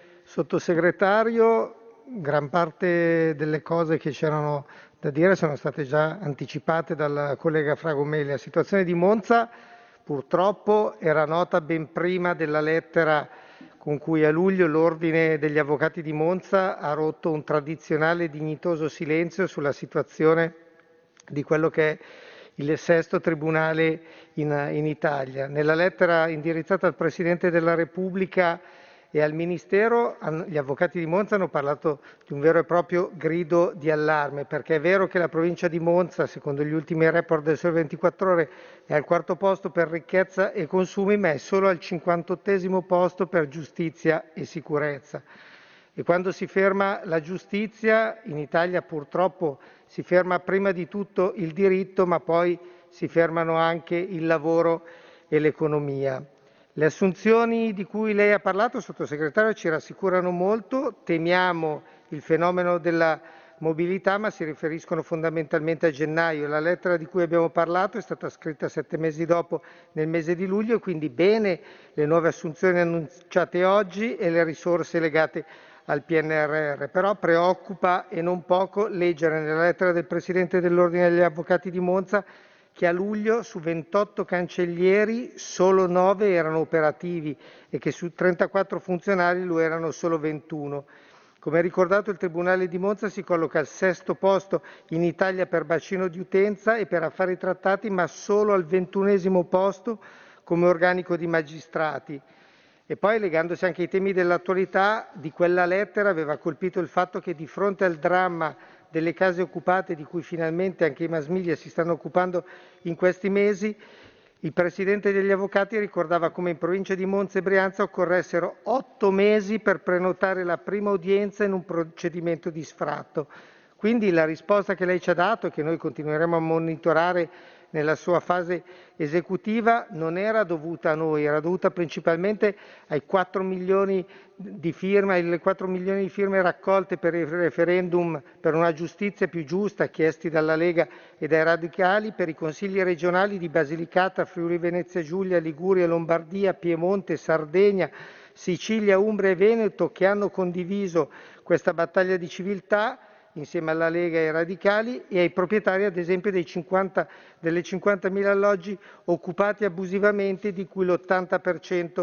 Sottosegretario. Gran parte delle cose che c'erano da dire sono state già anticipate dal collega Fragomeli. La situazione di Monza purtroppo era nota ben prima della lettera con cui a luglio l'Ordine degli Avvocati di Monza ha rotto un tradizionale e dignitoso silenzio sulla situazione di quello che è il sesto tribunale in Italia. Nella lettera indirizzata al Presidente della Repubblica e al Ministero, gli Avvocati di Monza hanno parlato di un vero e proprio grido di allarme, perché è vero che la provincia di Monza, secondo gli ultimi report del Sole 24 Ore, è al quarto posto per ricchezza e consumi, ma è solo al 58° posto per giustizia e sicurezza. E quando si ferma la giustizia, in Italia purtroppo si ferma prima di tutto il diritto, ma poi si fermano anche il lavoro e l'economia. Le assunzioni di cui lei ha parlato, Sottosegretario, ci rassicurano molto. Temiamo il fenomeno della mobilità, ma si riferiscono fondamentalmente a gennaio. La lettera di cui abbiamo parlato è stata scritta 7 mesi dopo, nel mese di luglio, e quindi bene le nuove assunzioni annunciate oggi e le risorse legate al PNRR. Però preoccupa e non poco leggere nella lettera del Presidente dell'Ordine degli Avvocati di Monza che a luglio su 28 cancellieri solo 9 erano operativi e che su 34 funzionari lo erano solo 21. Come ricordato, il Tribunale di Monza si colloca al 6° posto in Italia per bacino di utenza e per affari trattati, ma solo al 21° posto come organico di magistrati. E poi, legandosi anche ai temi dell'attualità, di quella lettera aveva colpito il fatto che di fronte al dramma delle case occupate, di cui finalmente anche i mass media si stanno occupando in questi mesi, il Presidente degli Avvocati ricordava come in provincia di Monza e Brianza occorressero 8 mesi per prenotare la prima udienza in un procedimento di sfratto. Quindi la risposta che lei ci ha dato e che noi continueremo a monitorare nella sua fase esecutiva non era dovuta a noi, era dovuta principalmente ai 4 milioni di firme, alle 4 milioni di firme raccolte per il referendum per una giustizia più giusta, chiesti dalla Lega e dai radicali, per i consigli regionali di Basilicata, Friuli Venezia Giulia, Liguria, Lombardia, Piemonte, Sardegna, Sicilia, Umbria e Veneto, che hanno condiviso questa battaglia di civiltà insieme alla Lega e ai radicali, e ai proprietari ad esempio delle 50.000 alloggi occupati abusivamente, di cui l'80%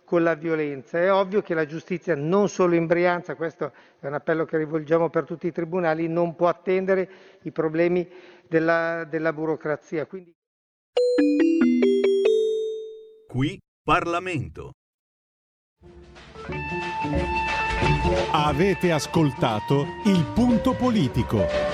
con la violenza. È ovvio che la giustizia, non solo in Brianza, questo è un appello che rivolgiamo per tutti i tribunali, non può attendere i problemi della burocrazia. Quindi... Qui Parlamento. Avete ascoltato Il Punto Politico.